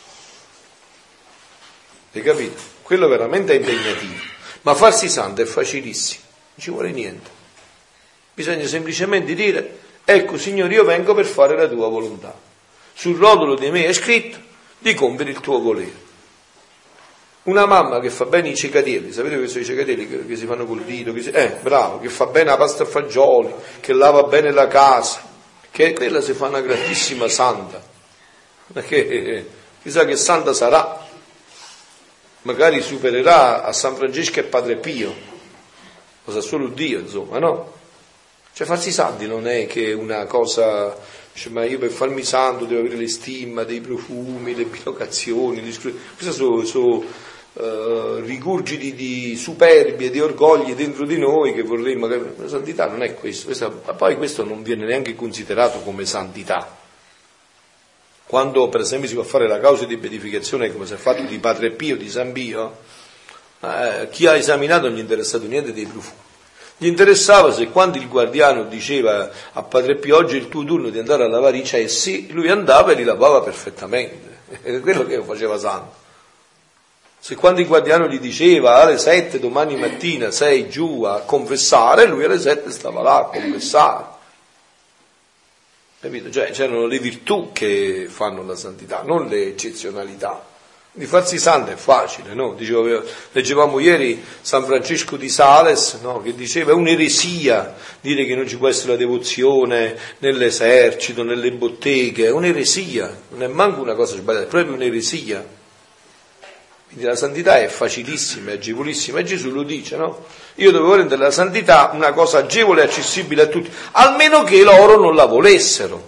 Hai capito? Quello veramente è impegnativo. Ma farsi santo è facilissimo, non ci vuole niente. Bisogna semplicemente dire: ecco Signore, io vengo per fare la tua volontà. Sul rotolo di me è scritto di compiere il tuo volere. Una mamma che fa bene i cicatelli, sapete che sono i cicatelli che, che si fanno col dito, che si, eh, bravo, che fa bene la pasta a fagioli, che lava bene la casa, che quella si fa una grandissima santa, perché eh, chissà che santa sarà, magari supererà a San Francesco e Padre Pio, lo sa solo Dio, insomma, no? Cioè farsi santi non è che una cosa, cioè, ma io per farmi santo devo avere le stima, dei profumi, le bilocazioni, questi sono, sono uh, rigurgiti di superbia, di orgogli dentro di noi che vorremmo, la santità non è questo, questa, poi questo non viene neanche considerato come santità. Quando per esempio si va a fare la causa di beatificazione come si è fatto di Padre Pio, di San Pio, eh, chi ha esaminato non gli è interessato niente dei profumi. Gli interessava se quando il guardiano diceva a Padre Pio: oggi è il tuo turno di andare a lavare i cessi, lui andava e li lavava perfettamente, è quello che lo faceva santo. Se quando il guardiano gli diceva alle sette domani mattina sei giù a confessare, lui alle sette stava là a confessare, capito? Cioè c'erano le virtù che fanno la santità, non le eccezionalità. Di farsi santo è facile, no? Dicevo, leggevamo ieri San Francesco di Sales, no? Che diceva: è un'eresia dire che non ci può essere la devozione nell'esercito, nelle botteghe, è un'eresia, non è manco una cosa sbagliata, è proprio un'eresia. Quindi la santità è facilissima, è agevolissima, e Gesù lo dice, no? Io devo rendere la santità una cosa agevole e accessibile a tutti, almeno che loro non la volessero.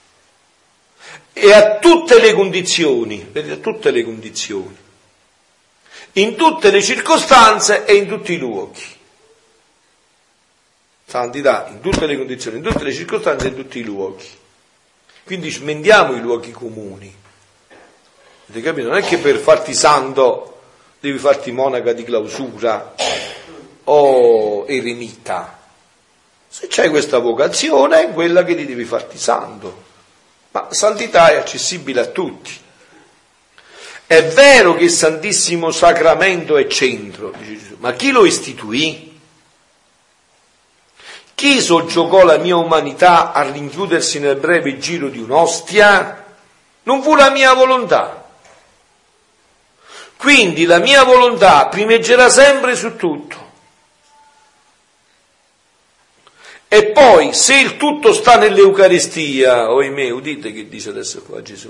E a tutte le condizioni, vedete, a tutte le condizioni, in tutte le circostanze e in tutti i luoghi. Santità in tutte le condizioni, in tutte le circostanze e in tutti i luoghi. Quindi smendiamo i luoghi comuni. Avete capito? Non è che per farti santo devi farti monaca di clausura o eremita. Se c'hai questa vocazione è quella che ti devi farti santo. Ma santità è accessibile a tutti. È vero che il Santissimo Sacramento è centro, dice Gesù, ma chi lo istituì? Chi soggiogò la mia umanità a rinchiudersi nel breve giro di un'ostia? Non fu la mia volontà. Quindi la mia volontà primeggerà sempre su tutto. E poi, se il tutto sta nell'Eucaristia, oimè, udite che dice adesso qua Gesù.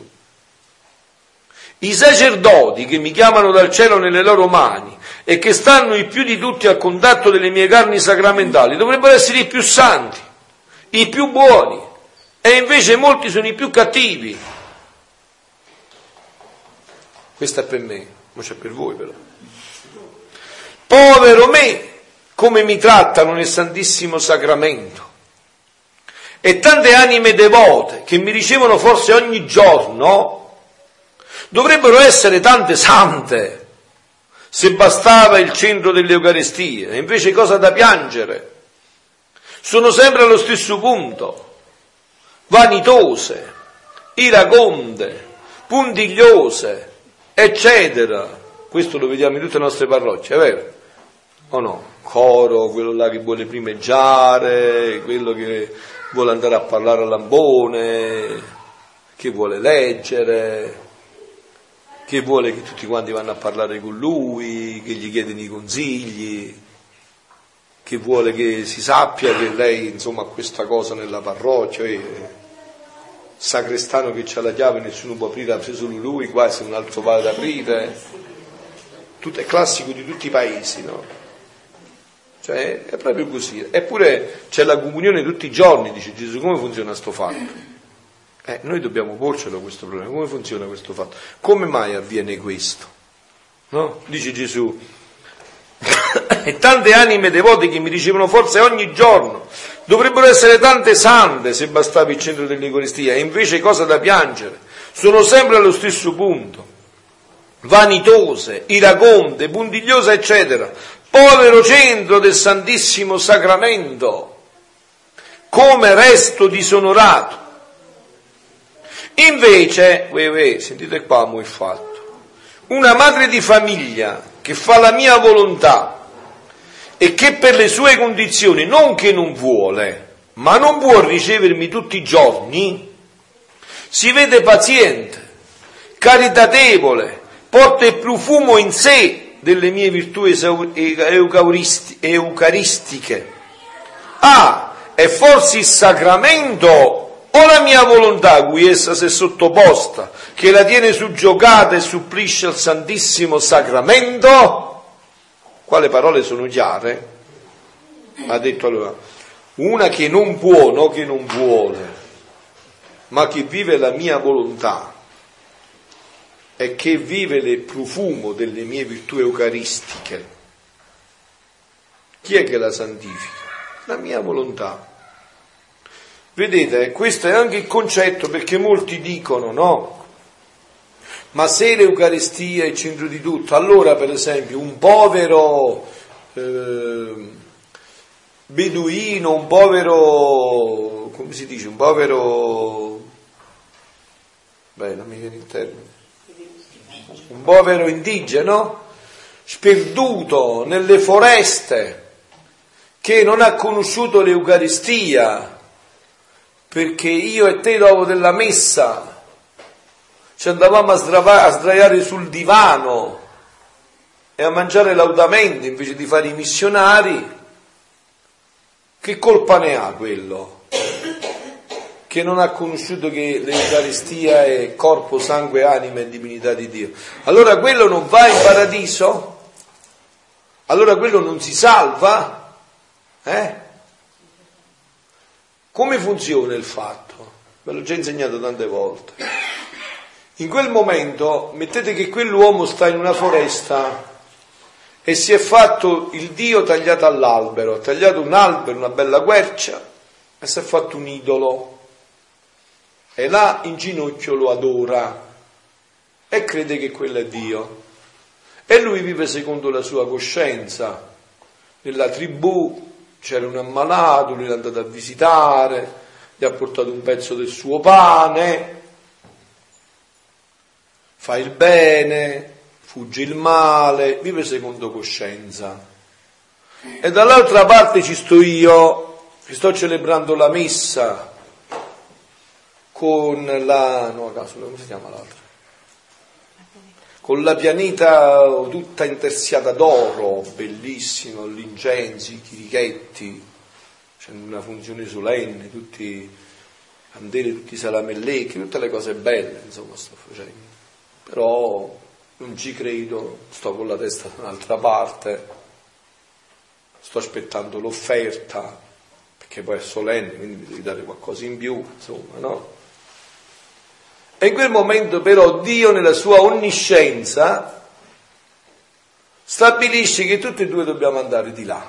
I sacerdoti che mi chiamano dal cielo nelle loro mani e che stanno i più di tutti a contatto delle mie carni sacramentali dovrebbero essere i più santi, i più buoni, e invece molti sono i più cattivi. Questo è per me, ma c'è per voi però. Povero me, come mi trattano nel Santissimo Sacramento. E tante anime devote che mi ricevono forse ogni giorno dovrebbero essere tante sante, se bastava il centro dell'Eucaristia. E invece cosa da piangere? Sono sempre allo stesso punto, vanitose, iraconde, puntigliose, eccetera. Questo lo vediamo in tutte le nostre parrocchie, è vero? O no? Coro, quello là che vuole primeggiare, quello che vuole andare a parlare all'ambone, che vuole leggere, che vuole che tutti quanti vanno a parlare con lui, che gli chiedono i consigli, che vuole che si sappia che lei insomma ha questa cosa nella parrocchia, e sacrestano che c'ha la chiave, nessuno può aprire, ha preso lui, qua se un altro va ad aprire. Tutto è classico di tutti i paesi, no? Cioè è proprio così. Eppure c'è la comunione tutti i giorni, dice Gesù. Come funziona sto fatto? Eh, noi dobbiamo porcelo questo problema. Come funziona questo fatto? Come mai avviene questo? No? Dice Gesù. E tante anime devote che mi ricevono forse ogni giorno dovrebbero essere tante sante se bastava il centro dell'Eucaristia, e invece cosa da piangere? Sono sempre allo stesso punto, vanitose, iraconde, puntigliose, eccetera. Povero centro del Santissimo Sacramento, come resto disonorato. Invece, uè, uè, sentite qua mo' il fatto, una madre di famiglia che fa la mia volontà e che per le sue condizioni, non che non vuole, ma non può ricevermi tutti i giorni, si vede paziente, caritatevole, porta il profumo in sé delle mie virtù eucaristiche. Ah, è forse il sacramento o la mia volontà a cui essa si è sottoposta, che la tiene suggiogata e supplisce al Santissimo Sacramento? Qua le parole sono chiare. Ha detto allora, una che non può, no che non vuole, ma che vive la mia volontà e che vive il profumo delle mie virtù eucaristiche. Chi è che la santifica? La mia volontà. Vedete, questo è anche il concetto, perché molti dicono, no? Ma se l'Eucaristia è il centro di tutto, allora per esempio un povero eh, beduino, un povero, come si dice, un povero, beh non mi viene il termine, un povero indigeno, sperduto nelle foreste, che non ha conosciuto l'Eucaristia, perché io e te dopo della messa ci andavamo a, sdrava- a sdraiare sul divano e a mangiare laudamente invece di fare i missionari, che colpa ne ha quello che non ha conosciuto che l'Eucaristia è corpo, sangue, anima e divinità di Dio? Allora quello non va in paradiso? Allora quello non si salva? Eh? Come funziona il fatto? Ve l'ho già insegnato tante volte. In quel momento mettete che quell'uomo sta in una foresta e si è fatto il Dio tagliato all'albero, ha tagliato un albero, una bella quercia, e si è fatto un idolo, e là in ginocchio lo adora e crede che quello è Dio, e lui vive secondo la sua coscienza. Nella tribù c'era un ammalato, lui l'è andato a visitare, gli ha portato un pezzo del suo pane, fa il bene, fugge il male, vive secondo coscienza. E dall'altra parte ci sto io, sto celebrando la messa con la, no a caso, come si chiama l'altra? Con la pianeta tutta intersiata d'oro, bellissimo, gli incensi, i chirichetti, c'è una funzione solenne, tutti candele, tutti i salamellecchi, tutte le cose belle, insomma, sto facendo. Però non ci credo, sto con la testa da un'altra parte, sto aspettando l'offerta, perché poi è solenne, quindi mi devi dare qualcosa in più, insomma, no? E in quel momento però Dio nella sua onniscienza stabilisce che tutti e due dobbiamo andare di là.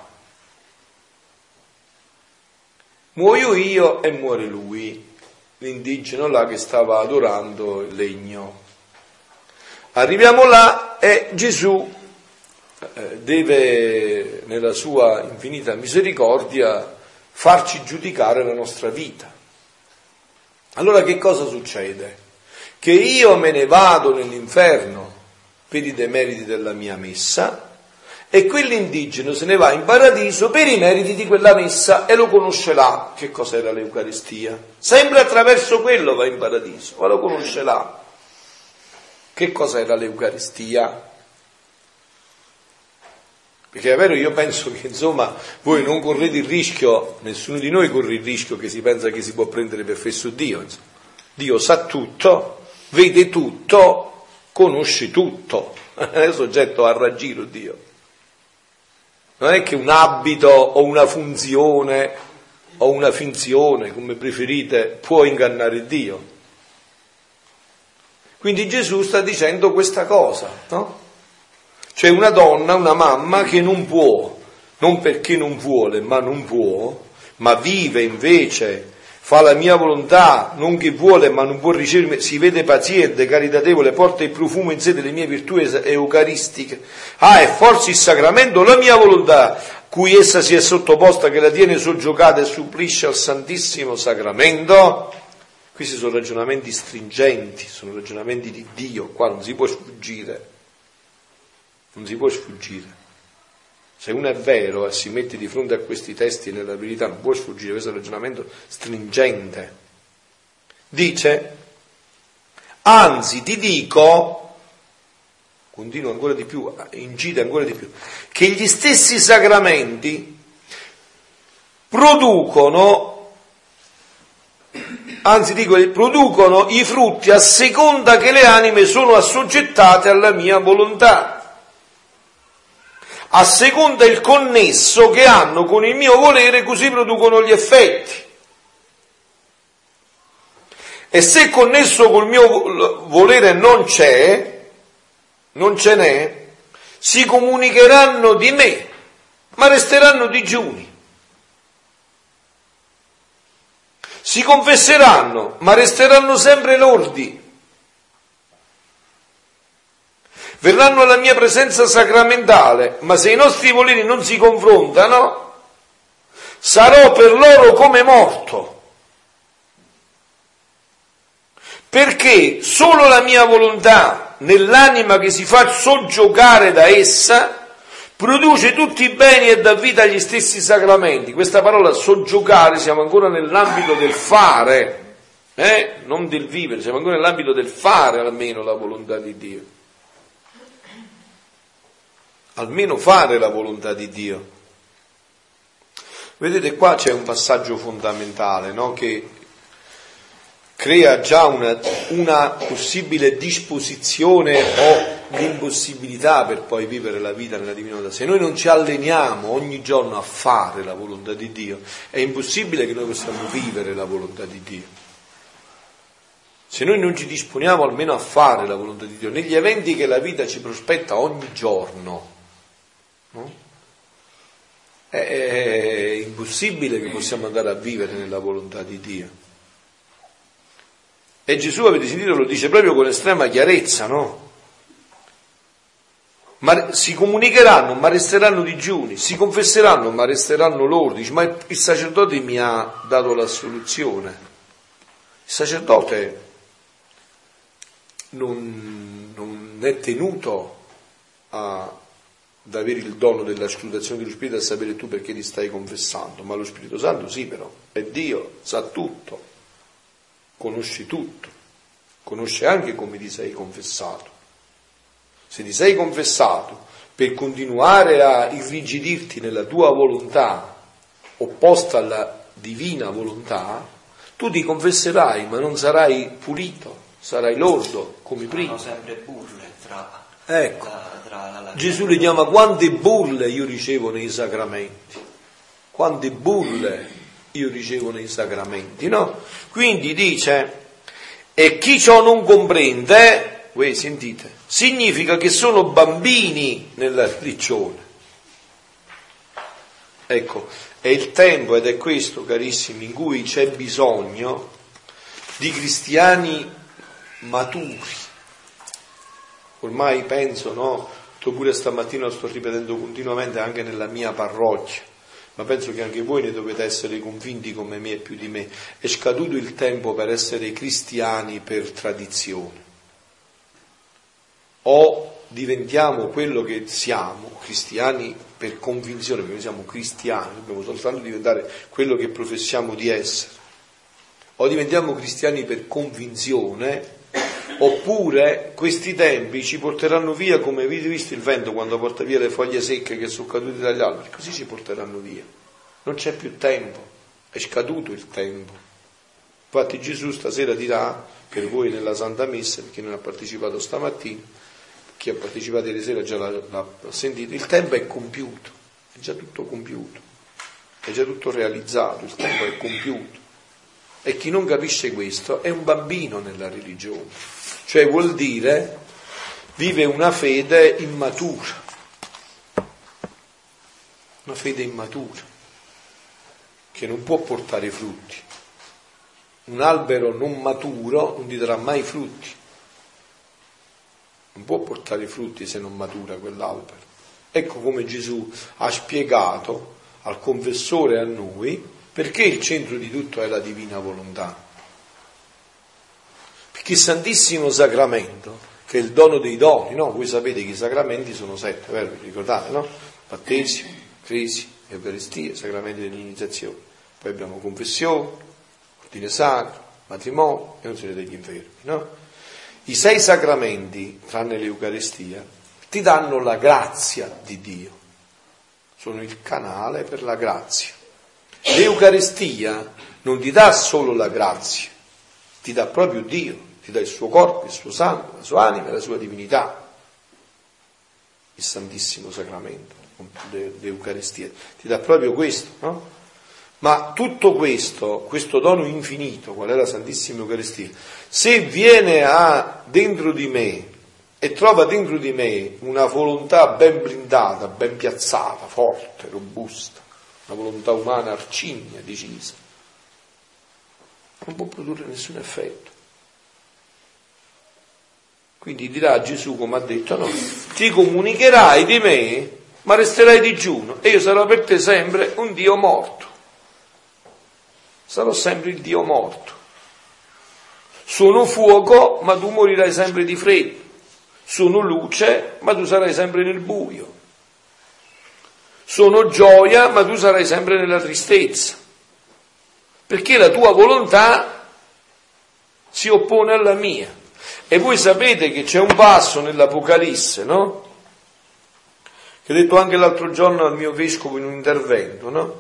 Muoio io e muore lui, l'indigeno là che stava adorando il legno. Arriviamo là e Gesù deve nella sua infinita misericordia farci giudicare la nostra vita. Allora che cosa succede? Che io me ne vado nell'inferno per i demeriti della mia messa e quell'indigeno se ne va in paradiso per i meriti di quella messa e lo conosce là. Che cos'era l'Eucaristia? Sempre attraverso quello va in paradiso, ma lo conosce là. Che cos'era l'Eucaristia? Perché è vero, io penso che insomma voi non correte il rischio, nessuno di noi corre il rischio che si pensa che si può prendere per fesso Dio. Insomma. Dio sa tutto, vede tutto, conosce tutto. È soggetto a raggiro Dio. Non è che un abito o una funzione o una finzione, come preferite, può ingannare Dio. Quindi Gesù sta dicendo questa cosa, no? C'è una donna, una mamma che non può, non perché non vuole, ma non può, ma vive invece, fa la mia volontà, non che vuole, ma non può ricevere, si vede paziente, caritatevole, porta il profumo in sé delle mie virtù eucaristiche. Ah, e forse il sacramento, la mia volontà, cui essa si è sottoposta, che la tiene soggiogata e supplisce al Santissimo Sacramento. Questi sono ragionamenti stringenti, sono ragionamenti di Dio, qua non si può sfuggire. Non si può sfuggire. Se uno è vero e si mette di fronte a questi testi nella verità, non può sfuggire questo ragionamento stringente. Dice, anzi ti dico, continua ancora di più, incide ancora di più, che gli stessi sacramenti producono, anzi dico, producono i frutti a seconda che le anime sono assoggettate alla mia volontà, a seconda il connesso che hanno con il mio volere, così producono gli effetti. E se connesso col mio volere non c'è, non ce n'è, si comunicheranno di me, ma resteranno digiuni. Si confesseranno, ma resteranno sempre lordi. Verranno alla mia presenza sacramentale, ma se i nostri voleri non si confrontano, sarò per loro come morto. Perché solo la mia volontà, nell'anima che si fa soggiogare da essa, produce tutti i beni e dà vita agli stessi sacramenti. Questa parola soggiogare, siamo ancora nell'ambito del fare, eh? Non del vivere, siamo ancora nell'ambito del fare almeno la volontà di Dio. Almeno fare la volontà di Dio. Vedete, qua c'è un passaggio fondamentale, no? Che crea già una, una possibile disposizione o l'impossibilità per poi vivere la vita nella divina volontà. Se noi non ci alleniamo ogni giorno a fare la volontà di Dio, è impossibile che noi possiamo vivere la volontà di Dio. Se noi non ci disponiamo almeno a fare la volontà di Dio, negli eventi che la vita ci prospetta ogni giorno, no? È, è impossibile che possiamo andare a vivere nella volontà di Dio. E Gesù, avete sentito, lo dice proprio con estrema chiarezza, no? Ma si comunicheranno, ma resteranno digiuni, si confesseranno, ma resteranno lordi. Dice, ma il sacerdote mi ha dato l'assoluzione. Il sacerdote non, non è tenuto a ad avere il dono della scrutazione dello Spirito, a sapere tu perché ti stai confessando, ma lo Spirito Santo sì, però è Dio, sa tutto, conosce tutto, conosce anche come ti sei confessato. Se ti sei confessato per continuare a irrigidirti nella tua volontà opposta alla divina volontà, tu ti confesserai, ma non sarai pulito, sarai lordo come prima. Sono sempre burle tra, ecco. tra, tra la... Gesù le chiama: quante burle io ricevo nei sacramenti, quante burle io ricevo nei sacramenti, no? Quindi dice: e chi ciò non comprende, voi sentite, significa che sono bambini nella religione. Ecco, è il tempo, ed è questo, carissimi, in cui c'è bisogno di cristiani maturi. Ormai penso, no? Pure stamattina lo sto ripetendo continuamente anche nella mia parrocchia, ma penso che anche voi ne dovete essere convinti come me e più di me. È scaduto il tempo per essere cristiani per tradizione. O diventiamo quello che siamo, cristiani per convinzione, perché noi siamo cristiani, dobbiamo soltanto diventare quello che professiamo di essere, o diventiamo cristiani per convinzione, oppure questi tempi ci porteranno via, come avete visto il vento quando porta via le foglie secche che sono cadute dagli alberi, così ci porteranno via. Non c'è più tempo, è scaduto il tempo. Infatti Gesù stasera dirà, per voi nella Santa Messa, perché non ha partecipato stamattina, chi ha partecipato ieri sera già l'ha, l'ha sentito, il tempo è compiuto, è già tutto compiuto, è già tutto realizzato, il tempo è compiuto. E chi non capisce questo è un bambino nella religione, cioè vuol dire vive una fede immatura, una fede immatura che non può portare frutti. Un albero non maturo non ti darà mai frutti. Non può portare frutti se non matura quell'albero. Ecco come Gesù ha spiegato al confessore e a noi perché il centro di tutto è la divina volontà. Perché il Santissimo Sacramento, che è il dono dei doni, no? Voi sapete che i sacramenti sono sette, vero? Vi ricordate, no? Battesimo, crisi, Eucaristia, sacramenti dell'iniziazione. Poi abbiamo confessione, ordine sacro, matrimonio e unzione degli infermi, no? I sei sacramenti, tranne l'Eucaristia, ti danno la grazia di Dio, sono il canale per la grazia. L'Eucaristia non ti dà solo la grazia, ti dà proprio Dio, ti dà il suo corpo, il suo sangue, la sua anima e la sua divinità. Il Santissimo Sacramento, l'Eucaristia, ti dà proprio questo, no? Ma tutto questo, questo dono infinito, qual è la Santissima Eucaristia, se viene a dentro di me e trova dentro di me una volontà ben blindata, ben piazzata, forte, robusta, una volontà umana arcigna, decisa, non può produrre nessun effetto. Quindi dirà Gesù, come ha detto, no, ti comunicherai di me, ma resterai digiuno, e io sarò per te sempre un Dio morto. Sarò sempre il Dio morto. Sono fuoco, ma tu morirai sempre di freddo. Sono luce, ma tu sarai sempre nel buio. Sono gioia, ma tu sarai sempre nella tristezza. Perché la tua volontà si oppone alla mia. E voi sapete che c'è un passo nell'Apocalisse, no? Che ho detto anche l'altro giorno al mio vescovo in un intervento, no?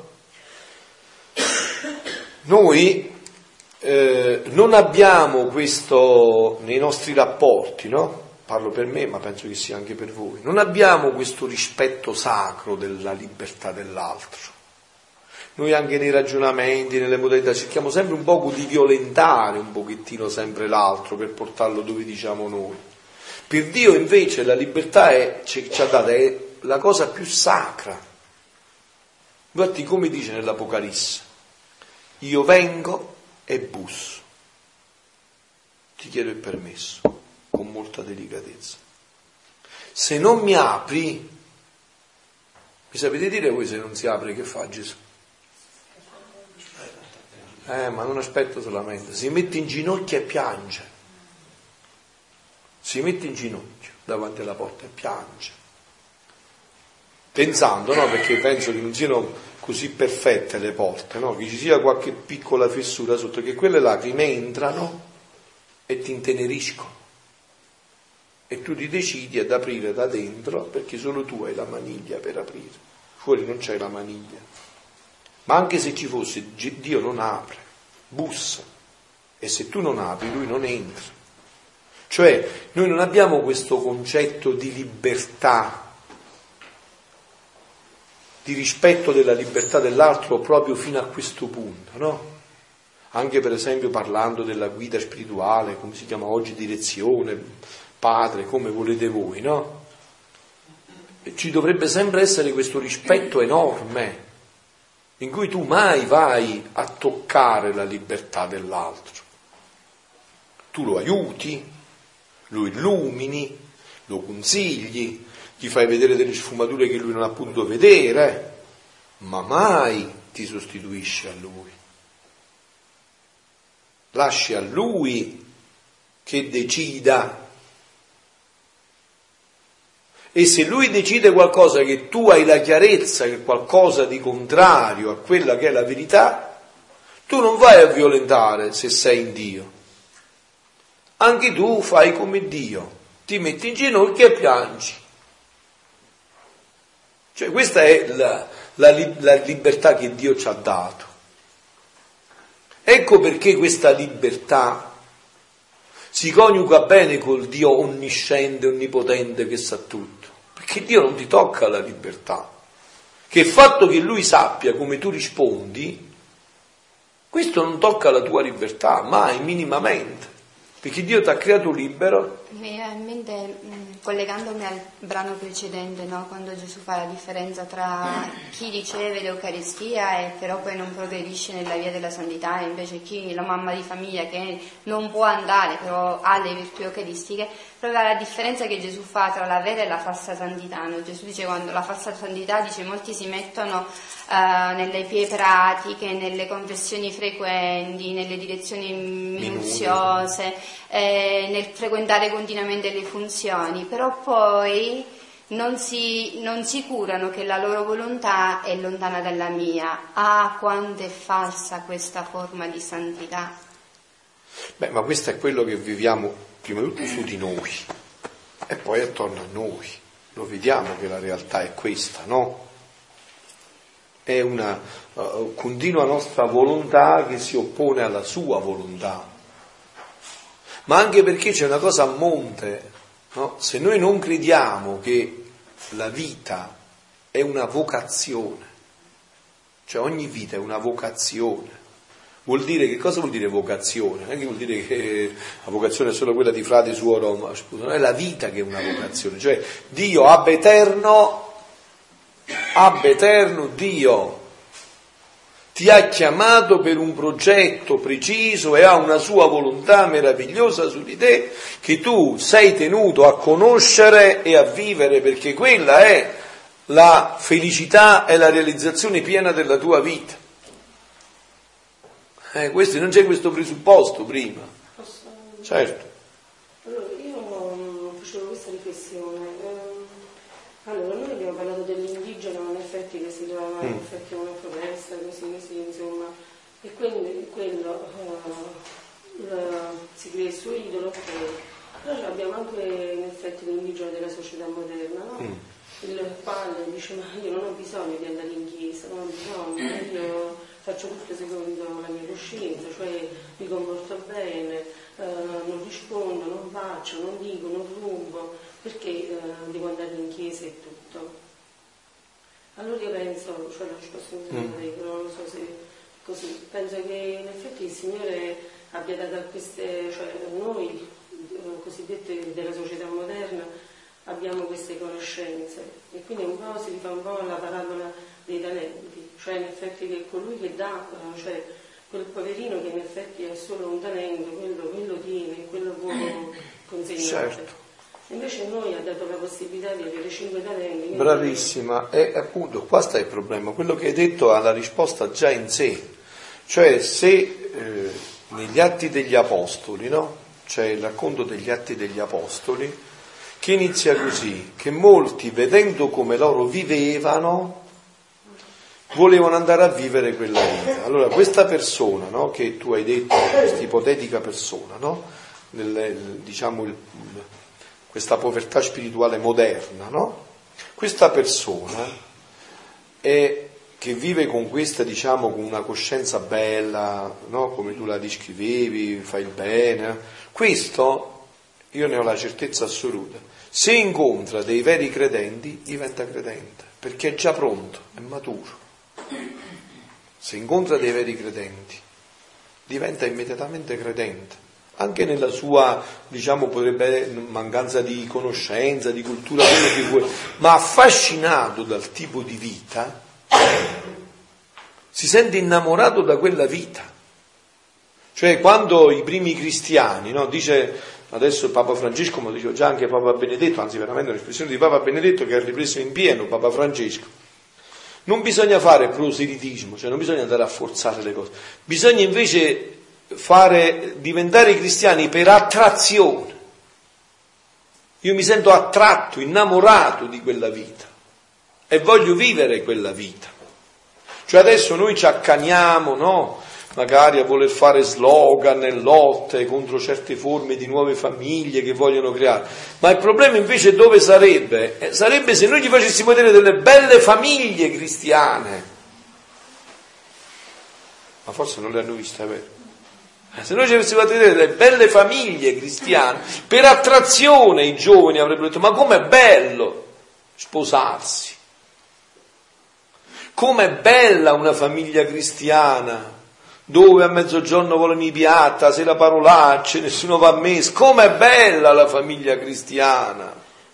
Noi eh, non abbiamo questo nei nostri rapporti, no? Parlo per me, ma penso che sia anche per voi. Non abbiamo questo rispetto sacro della libertà dell'altro. Noi anche nei ragionamenti, nelle modalità, cerchiamo sempre un poco di violentare un pochettino sempre l'altro per portarlo dove diciamo noi. Per Dio invece la libertà è, ci, ci ha data, è la cosa più sacra. Infatti, come dice nell'Apocalisse, io vengo e busso, ti chiedo il permesso, con molta delicatezza. Se non mi apri, mi sapete dire voi se non si apre che fa Gesù? Eh, ma non aspetta solamente, si mette in ginocchio e piange, si mette in ginocchio davanti alla porta e piange. pensando, no? Perché penso che non siano così perfette le porte, no? Che ci sia qualche piccola fessura sotto, che quelle lacrime entrano e ti inteneriscono e tu ti decidi ad aprire da dentro, perché solo tu hai la maniglia per aprire, fuori non c'è la maniglia. Ma anche se ci fosse, Dio non apre, bussa, e se tu non apri lui non entra. Cioè noi non abbiamo questo concetto di libertà, di rispetto della libertà dell'altro proprio fino a questo punto, no? Anche per esempio parlando della guida spirituale, come si chiama oggi, direzione, padre, come volete voi, no? E ci dovrebbe sempre essere questo rispetto enorme, in cui tu mai vai a toccare la libertà dell'altro. Tu lo aiuti, lo illumini, lo consigli, gli fai vedere delle sfumature che lui non ha potuto vedere, ma mai ti sostituisci a lui. Lasci a lui che decida. E se lui decide qualcosa che tu hai la chiarezza che è qualcosa di contrario a quella che è la verità, tu non vai a violentare se sei in Dio. Anche tu fai come Dio, ti metti in ginocchio e piangi. Cioè questa è la, la, la libertà che Dio ci ha dato. Ecco perché questa libertà si coniuga bene col Dio onnisciente, onnipotente che sa tutto. Perché Dio non ti tocca la libertà. Che il fatto che Lui sappia come tu rispondi, questo non tocca la tua libertà, mai, minimamente. Perché Dio ti ha creato libero. Mi viene in mente, mh, collegandomi al brano precedente, no? Quando Gesù fa la differenza tra chi riceve l'Eucaristia e però poi non progredisce nella via della santità, e invece chi, la mamma di famiglia che non può andare però ha le virtù eucaristiche, proprio la differenza che Gesù fa tra la vera e la falsa santità, no? Gesù dice, quando la falsa santità, dice, molti si mettono uh, nelle pie pratiche, nelle confessioni frequenti, nelle direzioni minuziose, Eh, nel frequentare continuamente le funzioni, però poi non si, non si curano che la loro volontà è lontana dalla mia. Ah, quanto è falsa questa forma di santità. Beh, ma questo è quello che viviamo prima di tutto su di noi e poi attorno a noi. Lo vediamo che la realtà è questa, no? È una uh, continua nostra volontà che si oppone alla sua volontà. Ma anche perché c'è una cosa a monte, no? Se noi non crediamo che la vita è una vocazione, cioè ogni vita è una vocazione, vuol dire, che cosa vuol dire vocazione? Non è che vuol dire che la vocazione è solo quella di frate, suoro, ma scusa, non è la vita che è una vocazione, cioè Dio ab eterno, ab eterno Dio ti ha chiamato per un progetto preciso e ha una sua volontà meravigliosa su di te che tu sei tenuto a conoscere e a vivere, perché quella è la felicità e la realizzazione piena della tua vita. Eh, questo, non c'è questo presupposto prima. Posso... Certo. Allora, io facevo questa riflessione. Allora, noi abbiamo parlato dell'indigeno, in effetti, che si trova in effetti una protesta, così, così, insomma, e quindi quello uh, la, si crea il suo idolo, ok. Però abbiamo anche in effetti l'indigeno della società moderna, no? Mm. Il quale dice, ma io non ho bisogno di andare in chiesa, non ho bisogno, io faccio tutto secondo la mia coscienza, cioè mi comporto bene, uh, non rispondo, non faccio, non dico, non rubo, perché uh, devo andare in chiesa e tutto. Allora io penso, cioè la risposta non mm. però non lo so se così, penso che in effetti il Signore abbia dato a queste, cioè a noi uh, cosiddetti della società moderna abbiamo queste conoscenze e quindi un po' si rifà un po' la parabola dei talenti, cioè in effetti che colui che dà, uh, cioè quel poverino che in effetti è solo un talento, quello, quello tiene, quello può consegnare. Certo. Invece a noi ha dato la possibilità di avere cinque talenti. Bravissima, e appunto qua sta il problema, quello che hai detto ha la risposta già in sé, cioè se eh, negli Atti degli Apostoli, no? C'è il racconto degli Atti degli Apostoli, che inizia così, che molti, vedendo come loro vivevano, volevano andare a vivere quella vita. Allora questa persona, no, che tu hai detto, questa ipotetica persona, no, nel, diciamo il, questa povertà spirituale moderna, no, questa persona è che vive con questa, diciamo, con una coscienza bella, no, come tu la descrivevi, fai il bene, questo io ne ho la certezza assoluta, se incontra dei veri credenti diventa credente, perché è già pronto, è maturo. Se incontra dei veri credenti diventa immediatamente credente, anche nella sua, diciamo, potrebbe mancanza di conoscenza, di cultura, quello che vuoi, ma affascinato dal tipo di vita, si sente innamorato da quella vita. Cioè quando i primi cristiani, no, dice adesso Papa Francesco, ma lo dicevo già anche Papa Benedetto, anzi veramente un'espressione di Papa Benedetto che ha ripreso in pieno Papa Francesco, non bisogna fare proselitismo, cioè non bisogna andare a forzare le cose, bisogna invece fare diventare i cristiani per attrazione. Io mi sento attratto, innamorato di quella vita e voglio vivere quella vita. Cioè adesso noi ci accaniamo, no? Magari a voler fare slogan e lotte contro certe forme di nuove famiglie che vogliono creare, ma il problema invece dove sarebbe? Eh, sarebbe se noi gli facessimo vedere delle belle famiglie cristiane, ma forse non le hanno viste, è vero? Eh, se noi ci avessimo fatto vedere delle belle famiglie cristiane, per attrazione i giovani avrebbero detto: ma com'è bello sposarsi, com'è bella una famiglia cristiana, dove a mezzogiorno vogliono i piatta, sera parolacce, nessuno va a messa, com'è bella la famiglia cristiana,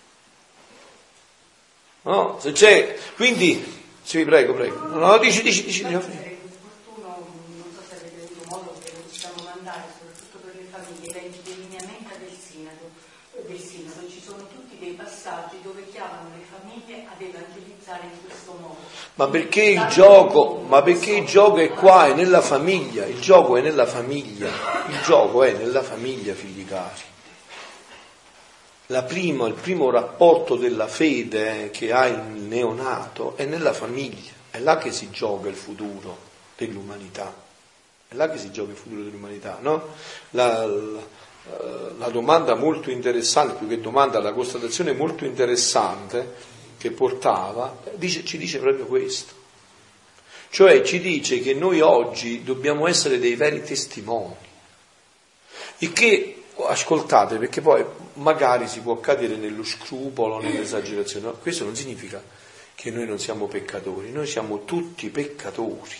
no? Se c'è, quindi, sì, prego, prego, no, dici, dici, dici, dici. Qualcuno, non so se avete avuto modo, che possiamo mandare, soprattutto per le famiglie, leggi dei lineamenti del Sinodo, del Sinodo, ci sono tutti dei passaggi dove chiamano le famiglie ad evangelizzare in questo modo. Ma perché il gioco, ma perché il gioco è qua, è nella famiglia, il gioco è nella famiglia, il gioco è nella famiglia, figli cari. La prima, il primo rapporto della fede che ha il neonato è nella famiglia, è là che si gioca il futuro dell'umanità, è là che si gioca il futuro dell'umanità, no? La, la, la domanda molto interessante, più che domanda, la constatazione molto interessante che portava, dice, ci dice proprio questo, cioè ci dice che noi oggi dobbiamo essere dei veri testimoni, e che, ascoltate, perché poi magari si può cadere nello scrupolo, nell'esagerazione, no? Questo non significa che noi non siamo peccatori, noi siamo tutti peccatori,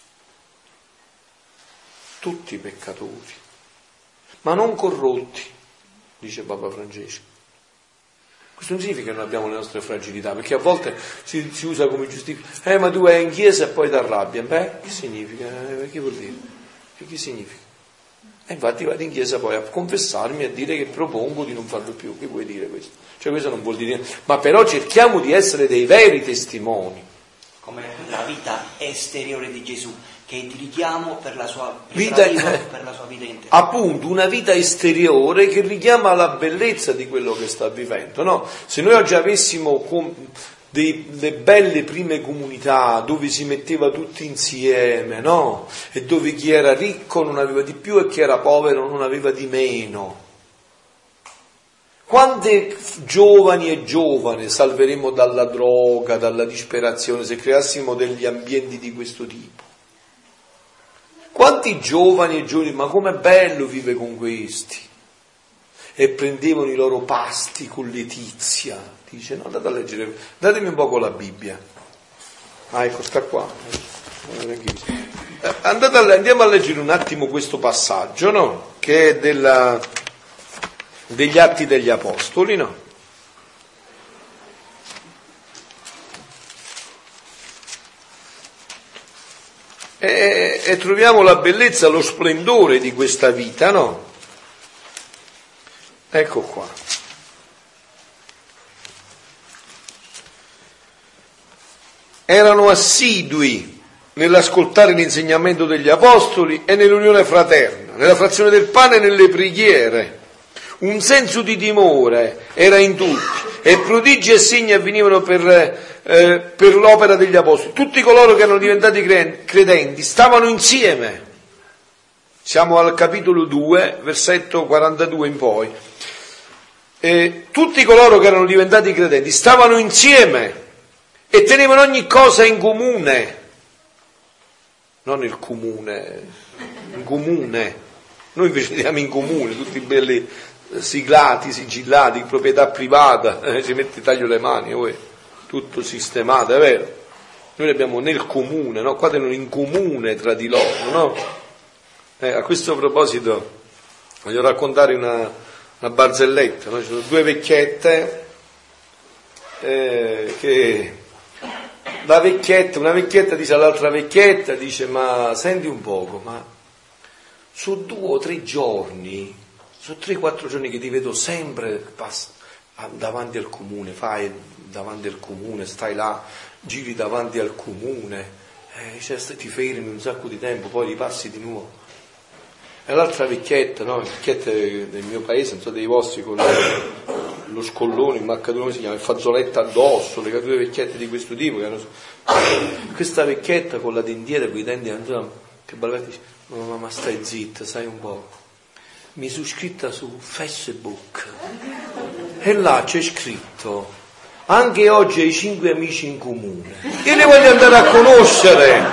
tutti peccatori, ma non corrotti, dice Papa Francesco. Questo non significa che non abbiamo le nostre fragilità, perché a volte si, si usa come giustificazione, eh ma tu vai in chiesa e poi ti arrabbia. Beh, che significa? Eh, che vuol dire? Che, che significa? E infatti vado in chiesa poi a confessarmi e a dire che propongo di non farlo più. Che vuoi dire questo? Cioè questo non vuol dire niente. Ma però cerchiamo di essere dei veri testimoni. Come la vita esteriore di Gesù, che dirigiamo per la sua vita, per la sua vita intera. Appunto, una vita esteriore che richiama la bellezza di quello che sta vivendo, no? Se noi oggi avessimo com- dei, le belle prime comunità dove si metteva tutti insieme, no? E dove chi era ricco non aveva di più e chi era povero non aveva di meno. Quante giovani e giovani salveremmo dalla droga, dalla disperazione, se creassimo degli ambienti di questo tipo? Quanti giovani e giovani, ma com'è bello vive con questi, e prendevano i loro pasti con letizia. Dice: no, andate a leggere, datemi un po' la Bibbia. Ah, ecco, sta qua. Andate a, andiamo a leggere un attimo questo passaggio, no? Che è della, degli Atti degli Apostoli, no? E, e troviamo la bellezza, lo splendore di questa vita, no? Ecco qua. Erano assidui nell'ascoltare l'insegnamento degli apostoli e nell'unione fraterna, nella frazione del pane e nelle preghiere. un senso di timore era in tutti, e prodigi e segni avvenivano per, eh, per l'opera degli apostoli. Tutti coloro che erano diventati credenti stavano insieme. Siamo al capitolo due, versetto quarantadue in poi. Eh, tutti coloro che erano diventati credenti stavano insieme e tenevano ogni cosa in comune, non il comune, in comune. Noi invece diamo in comune, tutti belli siglati, sigillati, proprietà privata, eh, ci mette taglio le mani, oh, tutto sistemato, è vero? Noi li abbiamo nel comune, no? Qua tengono in comune tra di loro, no? Eh, a questo proposito voglio raccontare una, una barzelletta, no? Ci sono due vecchiette eh, che la vecchietta, una vecchietta dice all'altra vecchietta, dice: ma senti un poco, ma su due o tre giorni, su tre o quattro giorni che ti vedo sempre pass- davanti al comune, fai davanti al comune, stai là, giri davanti al comune, eh, cioè, ti fermi un sacco di tempo, poi ripassi di nuovo. E l'altra vecchietta, no, vecchiette del mio paese, non so dei vostri, con lo scollone, il maccaduno, come si chiama, il fazzoletto addosso, le due vecchiette di questo tipo, che hanno... questa vecchietta con la dendiera, con i denti, che balbetta, dice: no, ma stai zitta, sai un po', mi sono iscritta su Facebook e là c'è scritto: anche oggi hai cinque amici in comune, io li voglio andare a conoscere,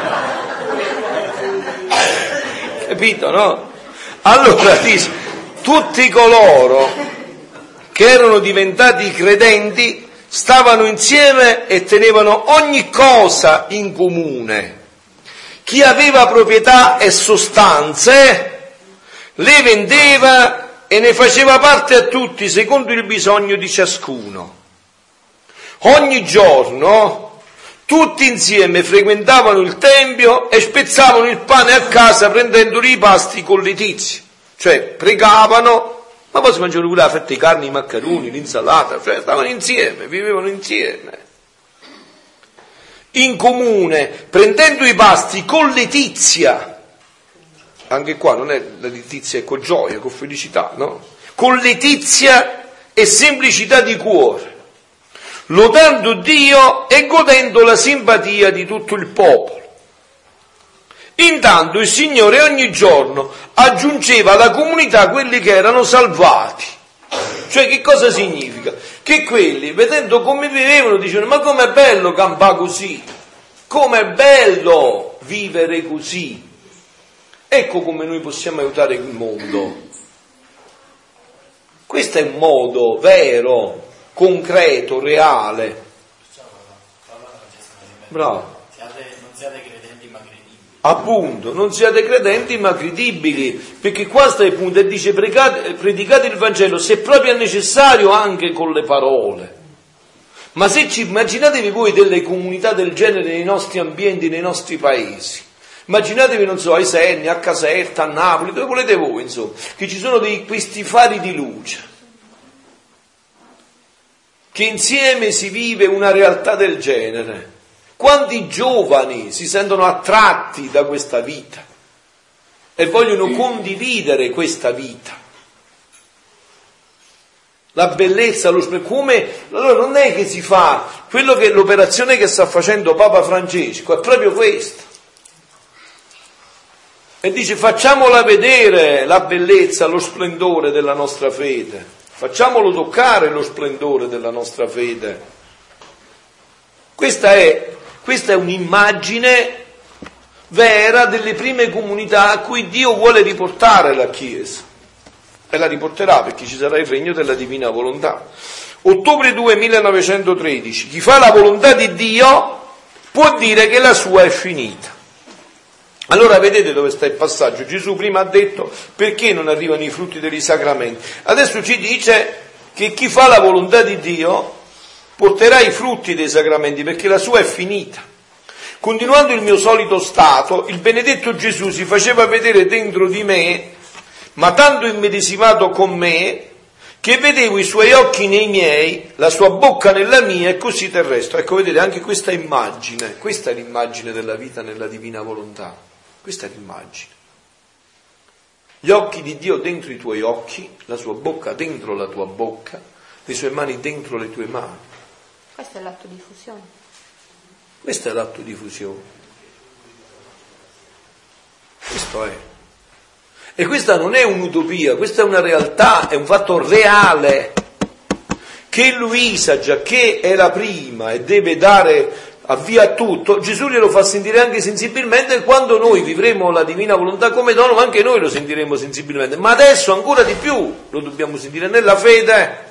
capito, no? Allora dice, tutti coloro che erano diventati credenti stavano insieme e tenevano ogni cosa in comune. Chi aveva proprietà e sostanze le vendeva e ne faceva parte a tutti secondo il bisogno di ciascuno. Ogni giorno tutti insieme frequentavano il tempio e spezzavano il pane a casa prendendoli i pasti con letizia, cioè pregavano, ma poi si mangiavano pure la fetta di carne, i maccheroni, l'insalata, cioè stavano insieme, vivevano insieme, in comune, prendendo i pasti con letizia. Anche qua non è la letizia, è con gioia, con felicità, no? Con letizia e semplicità di cuore, lodando Dio e godendo la simpatia di tutto il popolo. Intanto il Signore ogni giorno aggiungeva alla comunità quelli che erano salvati. Cioè, che cosa significa? Che quelli, vedendo come vivevano, dicevano: ma com'è bello campare così, com'è bello vivere così. Ecco come noi possiamo aiutare il mondo. Questo è un modo vero, concreto, reale. Bravo. Non siate credenti ma credibili. Appunto, non siate credenti ma credibili, perché qua sta il punto e dice: predicate, predicate il Vangelo, se proprio è necessario, anche con le parole. Ma se ci immaginatevi voi delle comunità del genere nei nostri ambienti, nei nostri paesi. Immaginatevi, non so, a Iserni, a Caserta, a Napoli, dove volete voi, insomma, che ci sono dei, questi fari di luce, che insieme si vive una realtà del genere. Quanti giovani si sentono attratti da questa vita e vogliono condividere questa vita, la bellezza, lo splendore. Come allora non è che si fa quello che l'operazione che sta facendo Papa Francesco, è proprio questa. E dice: facciamola vedere la bellezza, lo splendore della nostra fede, facciamolo toccare lo splendore della nostra fede. Questa è, questa è un'immagine vera delle prime comunità a cui Dio vuole riportare la Chiesa, e la riporterà, perché ci sarà il regno della divina volontà. Ottobre due millenovecentotredici, chi fa la volontà di Dio può dire che la sua è finita. Allora vedete dove sta il passaggio. Gesù prima ha detto perché non arrivano i frutti dei sacramenti, adesso ci dice che chi fa la volontà di Dio porterà i frutti dei sacramenti, perché la sua è finita. Continuando il mio solito stato, il benedetto Gesù si faceva vedere dentro di me, ma tanto immedesimato con me, che vedevo i suoi occhi nei miei, la sua bocca nella mia, e così del resto. Ecco, vedete, anche questa immagine, questa è l'immagine della vita nella divina volontà. Questa è l'immagine. Gli occhi di Dio dentro i tuoi occhi, la sua bocca dentro la tua bocca, le sue mani dentro le tue mani. Questo è l'atto di fusione. Questo è l'atto di fusione. Questo è. E questa non è un'utopia, questa è una realtà, è un fatto reale. Che Luisa, giacché è la prima e deve dare avvia a tutto, Gesù glielo fa sentire anche sensibilmente, e quando noi vivremo la divina volontà come dono, anche noi lo sentiremo sensibilmente, ma adesso ancora di più lo dobbiamo sentire nella fede.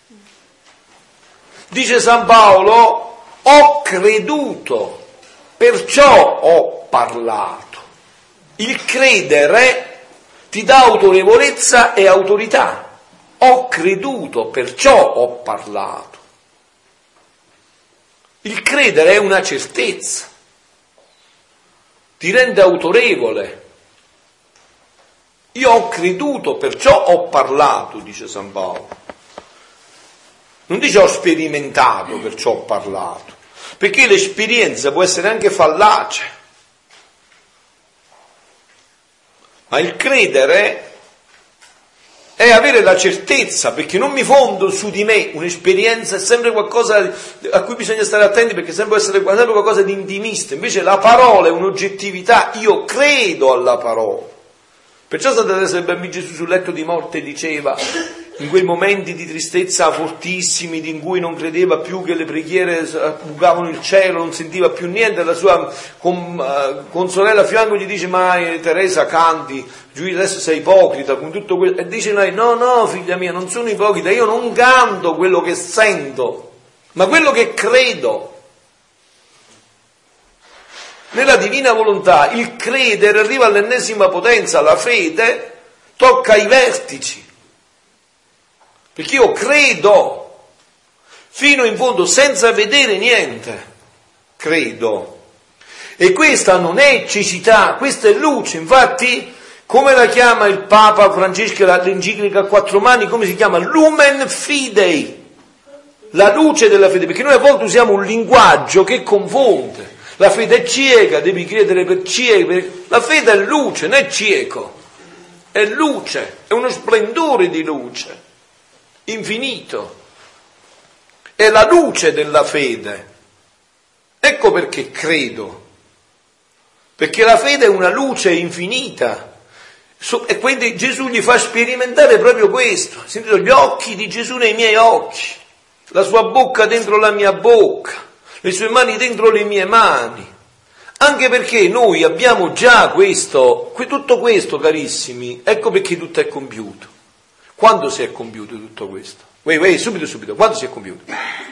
Dice San Paolo: ho creduto, perciò ho parlato. Il credere ti dà autorevolezza e autorità. Ho creduto, perciò ho parlato. Il credere è una certezza, ti rende autorevole. Io ho creduto, perciò ho parlato, dice San Paolo. Non dice ho sperimentato, perciò ho parlato, perché l'esperienza può essere anche fallace. Ma il credere è avere la certezza, perché non mi fondo su di me. Un'esperienza è sempre qualcosa a cui bisogna stare attenti, perché sempre essere sempre qualcosa di intimista. Invece la parola è un'oggettività, io credo alla parola. Perciò Santa Teresa del Bambino Gesù sul letto di morte diceva, in quei momenti di tristezza fortissimi, in cui non credeva più che le preghiere bucavano il cielo, non sentiva più niente, la sua con, uh, consorella a fianco gli dice: ma Teresa, canti, Giulia, adesso sei ipocrita con tutto quello. E dice lei: no, no, figlia mia, non sono ipocrita, io non canto quello che sento, ma quello che credo. Nella divina volontà il credere arriva all'ennesima potenza, la fede tocca i vertici. Perché io credo fino in fondo senza vedere niente, credo. E questa non è cecità, questa è luce. Infatti, come la chiama il Papa Francesco, l'enciclica a quattro mani, come si chiama? Lumen Fidei, la luce della fede. Perché noi a volte usiamo un linguaggio che confonde. La fede è cieca, devi credere per cieco. La fede è luce, non è cieco, è luce, è uno splendore di luce infinito, è la luce della fede. Ecco perché credo, perché la fede è una luce infinita, e quindi Gesù gli fa sperimentare proprio questo. Sentite, gli occhi di Gesù nei miei occhi, la sua bocca dentro la mia bocca, le sue mani dentro le mie mani, anche perché noi abbiamo già questo, tutto questo, carissimi. Ecco perché tutto è compiuto. Quando si è compiuto tutto questo? Uè, uè, subito, subito, quando si è compiuto?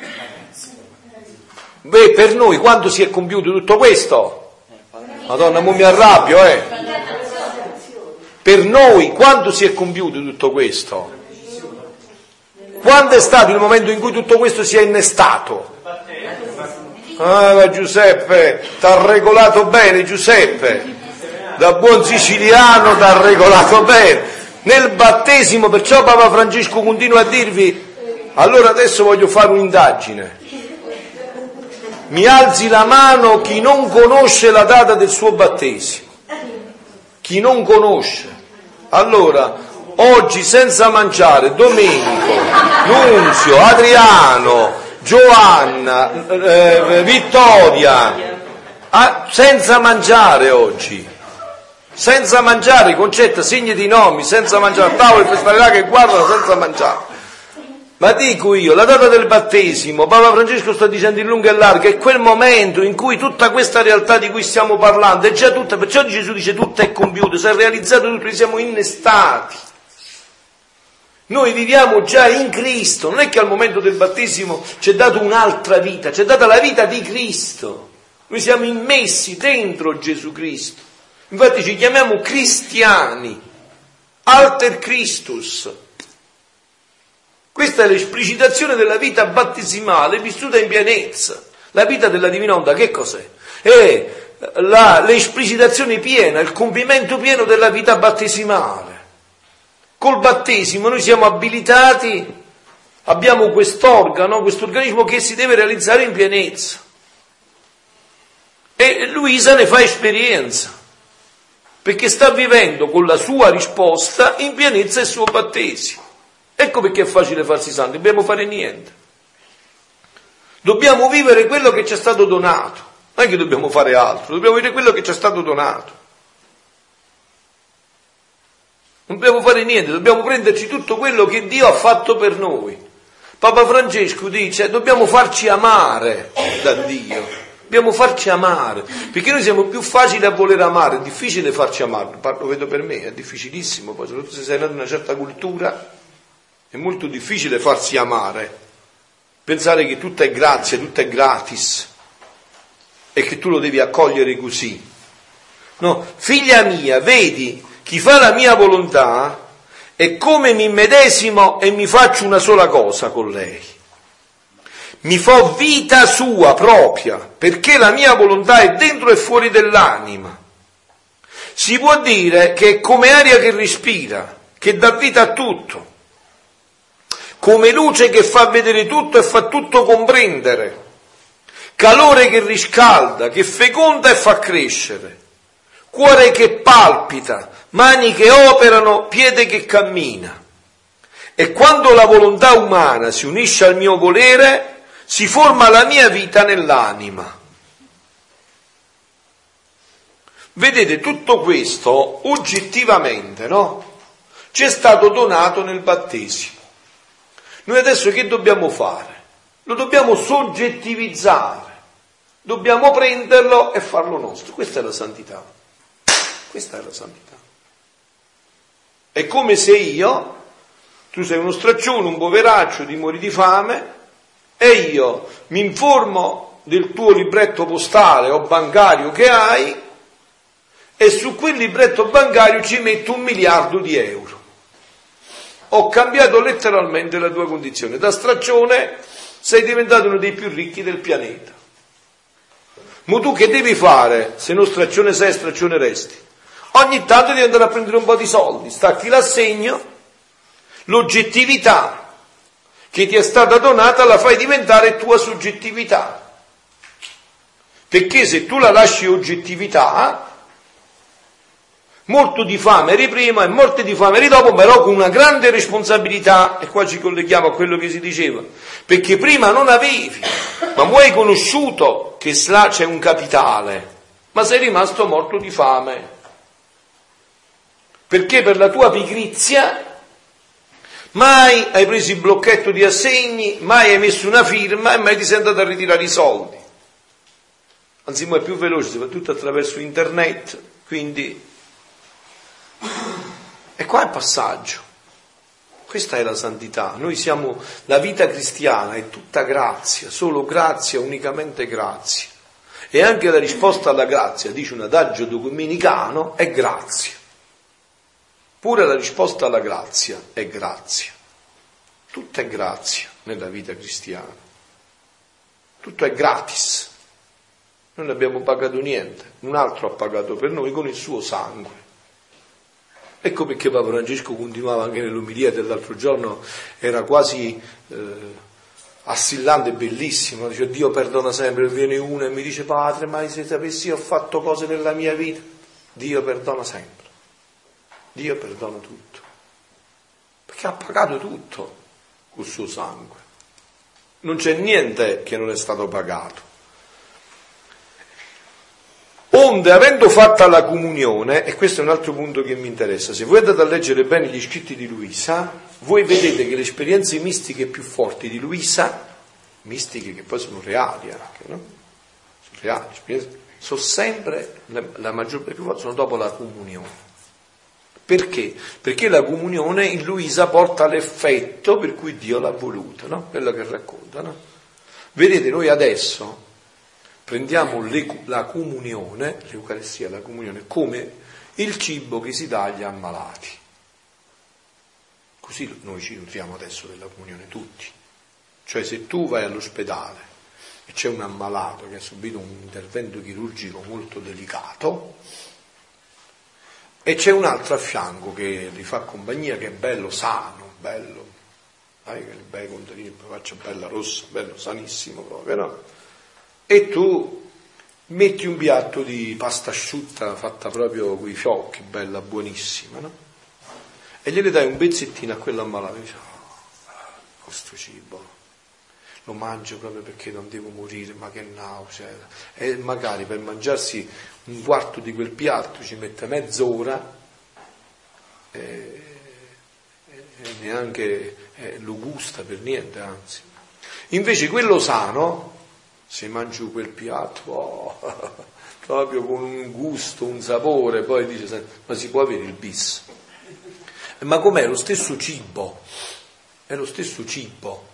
Beh, per noi, quando si è compiuto tutto questo? Madonna, mo mi arrabbio, eh! Per noi, quando si è compiuto tutto questo? Quando è stato il momento in cui tutto questo si è innestato? Ah, ma Giuseppe, t'ha regolato bene, Giuseppe! Da buon siciliano t'ha regolato bene! Nel battesimo, perciò Papa Francesco continua a dirvi: allora adesso voglio fare un'indagine. Mi alzi la mano chi non conosce la data del suo battesimo. Chi non conosce. Allora, oggi senza mangiare, Domenico, Nunzio, Adriano, Giovanna, eh, Vittoria, ah, senza mangiare oggi. Senza mangiare, Concetta, segnati i nomi, senza mangiare, tavolo e festivalità che guardano senza mangiare. Ma dico io, la data del battesimo, Papa Francesco sta dicendo in lungo e largo, è quel momento in cui tutta questa realtà di cui stiamo parlando è già tutta, perciò Gesù dice tutto è compiuto, si è realizzato tutto, siamo innestati. Noi viviamo già in Cristo, non è che al momento del battesimo ci è data un'altra vita, ci è data la vita di Cristo. Noi siamo immessi dentro Gesù Cristo. Infatti ci chiamiamo cristiani, alter Christus. Questa è l'esplicitazione della vita battesimale vissuta in pienezza. La vita della divina volontà che cos'è? È la, l'esplicitazione piena, il compimento pieno della vita battesimale. Col battesimo noi siamo abilitati, abbiamo quest'organo, quest'organismo che si deve realizzare in pienezza. E Luisa ne fa esperienza. perché sta vivendo con la sua risposta in pienezza il suo battesimo. Ecco perché è facile farsi santi, non dobbiamo fare niente. Dobbiamo vivere quello che ci è stato donato, non è che dobbiamo fare altro, dobbiamo vivere quello che ci è stato donato. Non dobbiamo fare niente, dobbiamo prenderci tutto quello che Dio ha fatto per noi. Papa Francesco dice, dobbiamo farci amare da Dio, dobbiamo farci amare, perché noi siamo più facili a voler amare, è difficile farci amare, lo vedo per me, è difficilissimo, poi soprattutto se sei nato in una certa cultura, è molto difficile farsi amare, pensare che tutto è grazia, tutto è gratis e che tu lo devi accogliere così. No, figlia mia, vedi, chi fa la mia volontà è come mi immedesimo e mi faccio una sola cosa con lei. Mi fo vita sua propria, perché la mia volontà è dentro e fuori dell'anima. Si può dire che è come aria che respira, che dà vita a tutto, come luce che fa vedere tutto e fa tutto comprendere, calore che riscalda, che feconda e fa crescere, cuore che palpita, mani che operano, piede che cammina. E quando la volontà umana si unisce al mio volere, si forma la mia vita nell'anima. Vedete, tutto questo oggettivamente, no? Ci è stato donato nel battesimo. Noi adesso che dobbiamo fare? Lo dobbiamo soggettivizzare, dobbiamo prenderlo e farlo nostro. Questa è la santità. Questa è la santità. È come se io, tu sei uno straccione, un poveraccio, ti muori di fame, e io mi informo del tuo libretto postale o bancario che hai, e su quel libretto bancario ci metto un miliardo di euro. Ho cambiato letteralmente la tua condizione. Da straccione sei diventato uno dei più ricchi del pianeta. Ma tu che devi fare? Se non straccione sei, straccione resti. Ogni tanto devi andare a prendere un po' di soldi, stacchi l'assegno, l'oggettività che ti è stata donata la fai diventare tua soggettività. Perché se tu la lasci oggettività, morto di fame eri prima e morte di fame eri dopo, però con una grande responsabilità, e qua ci colleghiamo a quello che si diceva, perché prima non avevi, ma mo hai conosciuto che là c'è un capitale, ma sei rimasto morto di fame. Perché per la tua pigrizia mai hai preso il blocchetto di assegni, mai hai messo una firma e mai ti sei andato a ritirare i soldi. Anzi, mo è più veloce, soprattutto attraverso internet, quindi... E qua è il passaggio. Questa è la santità. Noi siamo, la vita cristiana è tutta grazia, solo grazia, unicamente grazia. E anche la risposta alla grazia, dice un adagio domenicano, è grazia. Pure la risposta alla grazia è grazia. Tutto è grazia nella vita cristiana. Tutto è gratis. Noi non abbiamo pagato niente, un altro ha pagato per noi con il suo sangue. Ecco perché Papa Francesco continuava anche nell'omilia dell'altro giorno, era quasi eh, assillante e bellissimo, dice Dio perdona sempre, viene uno e mi dice padre, ma se sapessi ho fatto cose nella mia vita, Dio perdona sempre. Dio perdona tutto, perché ha pagato tutto col suo sangue. Non c'è niente che non è stato pagato. Onde, avendo fatta la comunione, e questo è un altro punto che mi interessa, se voi andate a leggere bene gli scritti di Luisa, voi vedete che le esperienze mistiche più forti di Luisa, mistiche che poi sono reali anche, no? Sono reali, sono sempre, la maggior parte più forte sono dopo la comunione. Perché? Perché la comunione in Luisa porta l'effetto per cui Dio l'ha voluta, no? Quello che racconta, no? Vedete, noi adesso prendiamo le, la comunione, l'Eucaristia, la comunione, come il cibo che si dà agli ammalati. Così noi ci nutriamo adesso della comunione, tutti. Cioè se tu vai all'ospedale e c'è un ammalato che ha subito un intervento chirurgico molto delicato, e c'è un altro a fianco che gli fa compagnia, che è bello sano, bello, dai, che il bei contadino, faccia bella rossa, bello sanissimo proprio, no? E tu metti un piatto di pasta asciutta fatta proprio con i fiocchi, bella, buonissima, no? E gliene dai un pezzettino a quello ammalato e dice, oh, questo cibo lo mangio proprio perché non devo morire, ma che nausea. E magari per mangiarsi un quarto di quel piatto ci mette mezz'ora e, e neanche eh, lo gusta per niente, anzi. Invece quello sano, se mangio quel piatto, oh, proprio con un gusto, un sapore, poi dice, ma si può avere il bis? Ma com'è lo stesso cibo? È lo stesso cibo.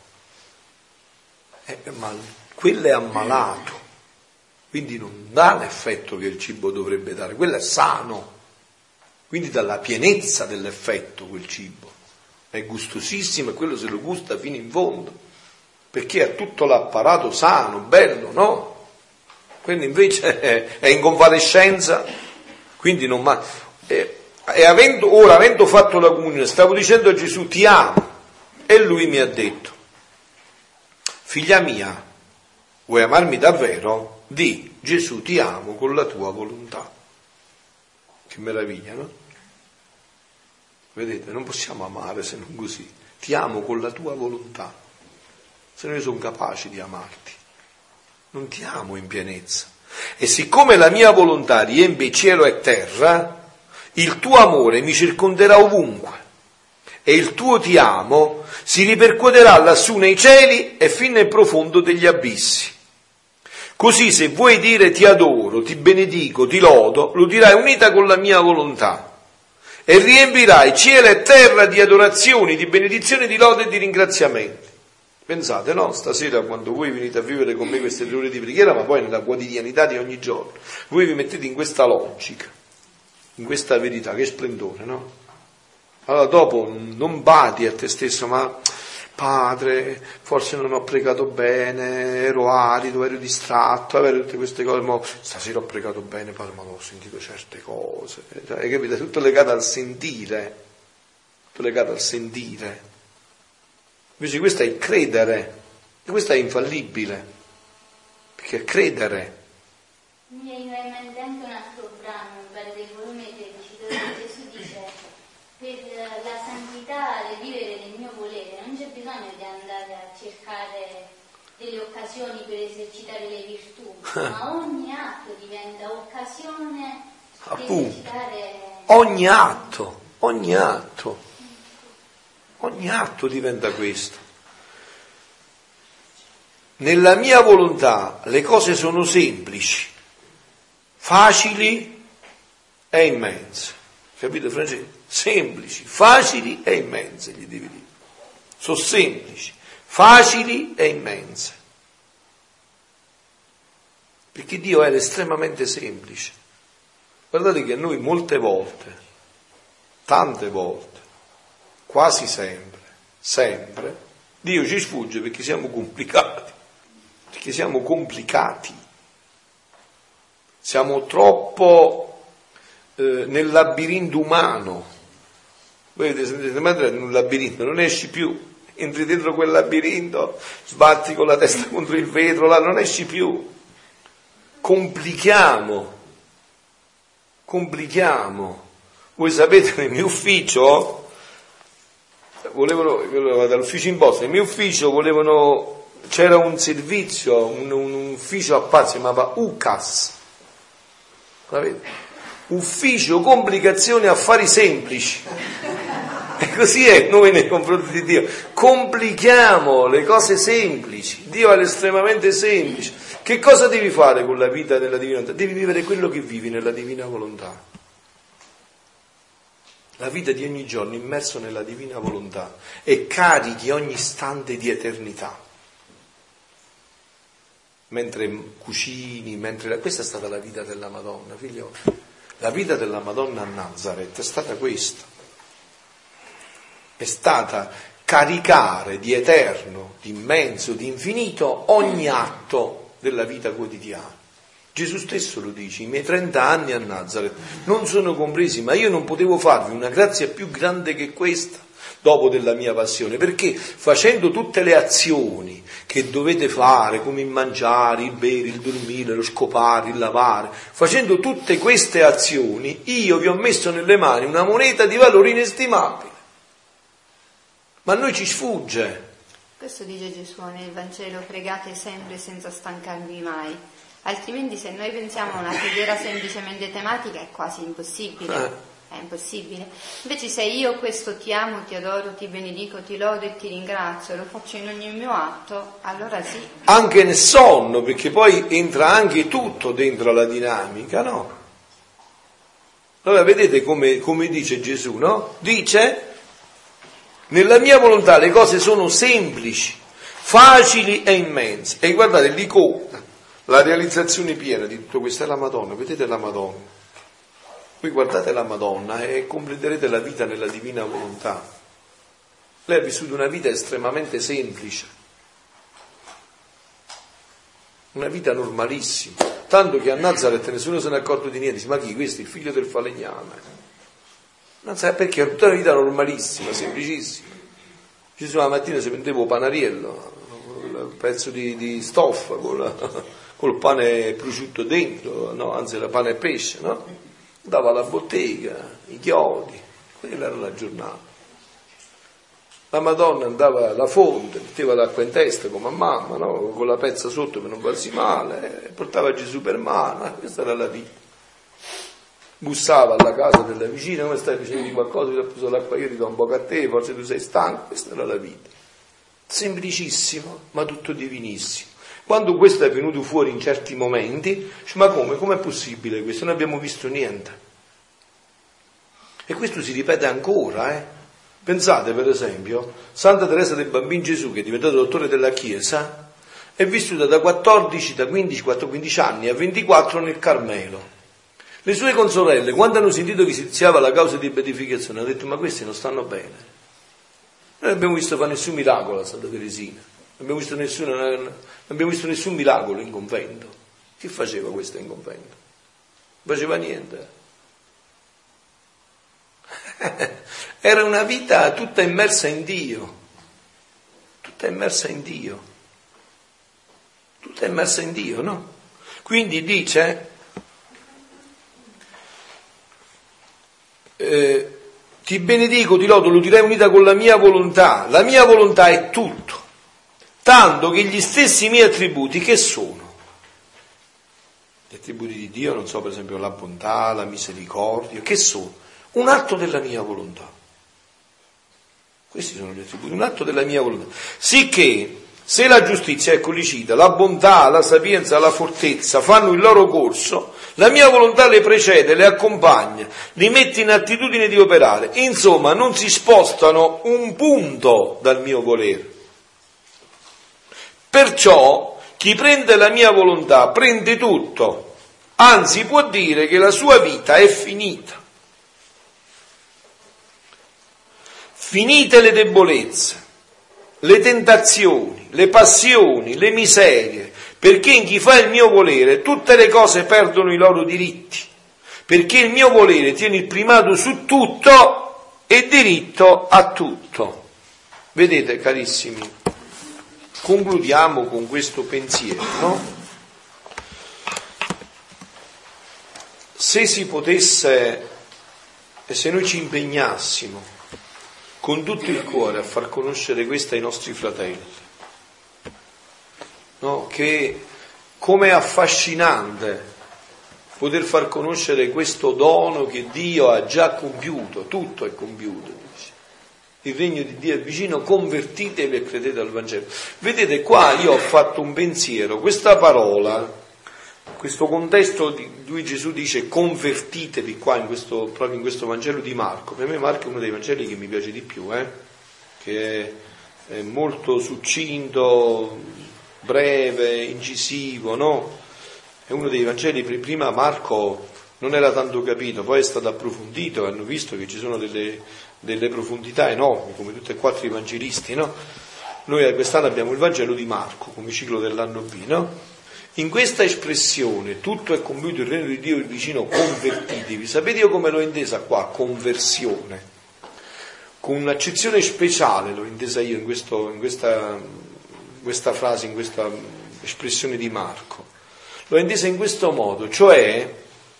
Eh, ma quello è ammalato, quindi non dà l'effetto che il cibo dovrebbe dare, quello è sano, quindi dà la pienezza dell'effetto quel cibo, è gustosissimo e quello se lo gusta fino in fondo, perché ha tutto l'apparato sano, bello, no? Quindi invece è, è in convalescenza, quindi non ma e, e avendo, ora avendo fatto la comunione stavo dicendo a Gesù ti amo e lui mi ha detto, figlia mia, vuoi amarmi davvero? Di, Gesù ti amo con la tua volontà. Che meraviglia, no? Vedete, non possiamo amare se non così. Ti amo con la tua volontà. Se non io sono capace di amarti, non ti amo in pienezza. E siccome la mia volontà riempie cielo e terra, il tuo amore mi circonderà ovunque. E il tuo ti amo si ripercuoterà lassù nei cieli e fin nel profondo degli abissi. Così se vuoi dire ti adoro, ti benedico, ti lodo, lo dirai unita con la mia volontà e riempirai cielo e terra di adorazioni, di benedizioni, di lode e di ringraziamenti. Pensate, no? Stasera quando voi venite a vivere con me queste tre ore di preghiera, ma poi nella quotidianità di ogni giorno, voi vi mettete in questa logica, in questa verità, che splendore, no? Allora dopo non badi a te stesso, ma padre, forse non ho pregato bene, ero arido, ero distratto, avevo tutte queste cose, ma stasera ho pregato bene, padre, ma ho sentito certe cose, cioè, capite? Tutto legato al sentire, tutto legato al sentire. Invece questo è il credere, e questo è infallibile, perché è credere. Mi viene in mente anche un altro brano, mi pare del volume tredici, dove Gesù dice: per la santità del vivere nel mio volere non c'è bisogno di andare a cercare delle occasioni per esercitare le virtù, ma ogni atto diventa occasione di esercitare. Ogni atto, ogni atto, ogni atto diventa questo. Nella mia volontà le cose sono semplici, facili e immense. Capite, Francesco? Semplici, facili e immense, gli devi dire. Sono semplici, facili e immense. Perché Dio è estremamente semplice. Guardate che noi molte volte, tante volte, quasi sempre, sempre, Dio ci sfugge perché siamo complicati, perché siamo complicati. Siamo troppo eh, nel labirinto umano. Voi vedete, sentite, ma in un labirinto non esci più, entri dentro quel labirinto, sbatti con la testa contro il vetro, là non esci più. Complichiamo, complichiamo. Voi sapete, nel mio ufficio, volevano, dall'ufficio in posta, nel mio ufficio volevano, c'era un servizio, un, un ufficio a parte, si chiamava U C A S. Sapete? Ufficio complicazioni affari semplici. E così è noi nei confronti di Dio. Complichiamo le cose semplici. Dio è estremamente semplice. Che cosa devi fare con la vita nella divina volontà? Devi vivere quello che vivi nella divina volontà. La vita di ogni giorno immerso nella divina volontà e carichi ogni istante di eternità. Mentre cucini, mentre... Questa è stata la vita della Madonna, figlioli. La vita della Madonna a Nazareth è stata questa. È stata caricare di eterno, di immenso, di infinito ogni atto della vita quotidiana. Gesù stesso lo dice, i miei trenta anni a Nazareth non sono compresi, ma io non potevo farvi una grazia più grande che questa, dopo della mia passione, perché facendo tutte le azioni che dovete fare, come il mangiare, il bere, il dormire, lo scopare, il lavare, facendo tutte queste azioni, io vi ho messo nelle mani una moneta di valore inestimabile. Ma a noi ci sfugge. Questo dice Gesù nel Vangelo: pregate sempre senza stancarvi mai. Altrimenti, se noi pensiamo a una preghiera semplicemente tematica, è quasi impossibile. Eh. È impossibile. Invece se io questo ti amo, ti adoro, ti benedico, ti lodo e ti ringrazio, lo faccio in ogni mio atto, allora sì. Anche nel sonno, perché poi entra anche tutto dentro la dinamica, no? Allora vedete come, come dice Gesù, no? Dice: nella mia volontà le cose sono semplici, facili e immense. E guardate, l'icona, la realizzazione piena di tutto questo è la Madonna. Vedete la Madonna? Voi guardate la Madonna e completerete la vita nella divina volontà. Lei ha vissuto una vita estremamente semplice, una vita normalissima, tanto che a Nazareth nessuno se ne è accorto di niente. Dice: ma chi? Questo è il figlio del falegname. Non sa perché, era tutta una vita normalissima, semplicissima. Gesù la mattina si prendeva un panariello, un pezzo di, di stoffa col, col pane prosciutto dentro, no? Anzi era pane e pesce, no? Dava alla bottega, i chiodi, quella era la giornata. La Madonna andava alla fonte, metteva l'acqua in testa come a mamma, no? Con la pezza sotto per non farsi male, portava Gesù per mano, questa era la vita. Bussava alla casa della vicina: come stai, facendo di qualcosa, ti ho preso l'acqua, io ti do un po' a te, forse tu sei stanco. Questa era la vita. Semplicissimo, ma tutto divinissimo. Quando questo è venuto fuori in certi momenti, dice: ma come? Com'è possibile questo? Non abbiamo visto niente. E questo si ripete ancora, eh? Pensate, per esempio, Santa Teresa del Bambino Gesù, che è diventata dottore della Chiesa, è vissuta da quattordici, da quindici, quindici anni a ventiquattro nel Carmelo. Le sue consorelle, quando hanno sentito che si iniziava la causa di beatificazione, hanno detto: ma questi non stanno bene. Non abbiamo visto fare nessun miracolo a Santa Teresina. Non abbiamo visto nessuno, non abbiamo visto nessun miracolo in convento. Che faceva questo in convento? Non faceva niente. Era una vita tutta immersa in Dio, tutta immersa in Dio, tutta immersa in Dio, no? Quindi dice: eh, ti benedico, ti lodo, lo direi unita con la mia volontà. La mia volontà è tutto, tanto che gli stessi miei attributi, che sono? Gli attributi di Dio, non so, per esempio la bontà, la misericordia, che sono? Un atto della mia volontà. Questi sono gli attributi, un atto della mia volontà. Sicché, se la giustizia, ecco li cita, la bontà, la sapienza, la fortezza fanno il loro corso, la mia volontà le precede, le accompagna, li mette in attitudine di operare. Insomma, non si spostano un punto dal mio volere. Perciò, chi prende la mia volontà prende tutto, anzi può dire che la sua vita è finita. Finite le debolezze, le tentazioni, le passioni, le miserie, perché in chi fa il mio volere tutte le cose perdono i loro diritti, perché il mio volere tiene il primato su tutto e diritto a tutto. Vedete, carissimi, concludiamo con questo pensiero, no? Se si potesse e se noi ci impegnassimo con tutto il cuore a far conoscere questo ai nostri fratelli, no? Che com'è affascinante poter far conoscere questo dono che Dio ha già compiuto, tutto è compiuto, dice. Il regno di Dio è vicino, convertitevi e credete al Vangelo. Vedete, qua io ho fatto un pensiero, questa parola, questo contesto di cui Gesù dice convertitevi qua in questo, proprio in questo Vangelo di Marco. Per me Marco è uno dei Vangeli che mi piace di più, eh? Che è, è molto succinto, breve, incisivo, no? È uno dei Vangeli, prima Marco non era tanto capito, poi è stato approfondito e hanno visto che ci sono delle, delle profondità enormi, come tutti e quattro i Vangelisti, no? Noi quest'anno abbiamo il Vangelo di Marco come ciclo dell'anno B, no? In questa espressione, tutto è compiuto, il regno di Dio è vicino, convertitevi. Sapete io come l'ho intesa qua? Conversione. con un'accezione speciale, l'ho intesa io in, questo, in questa, in questa frase, in questa espressione di Marco. L'ho intesa in questo modo, cioè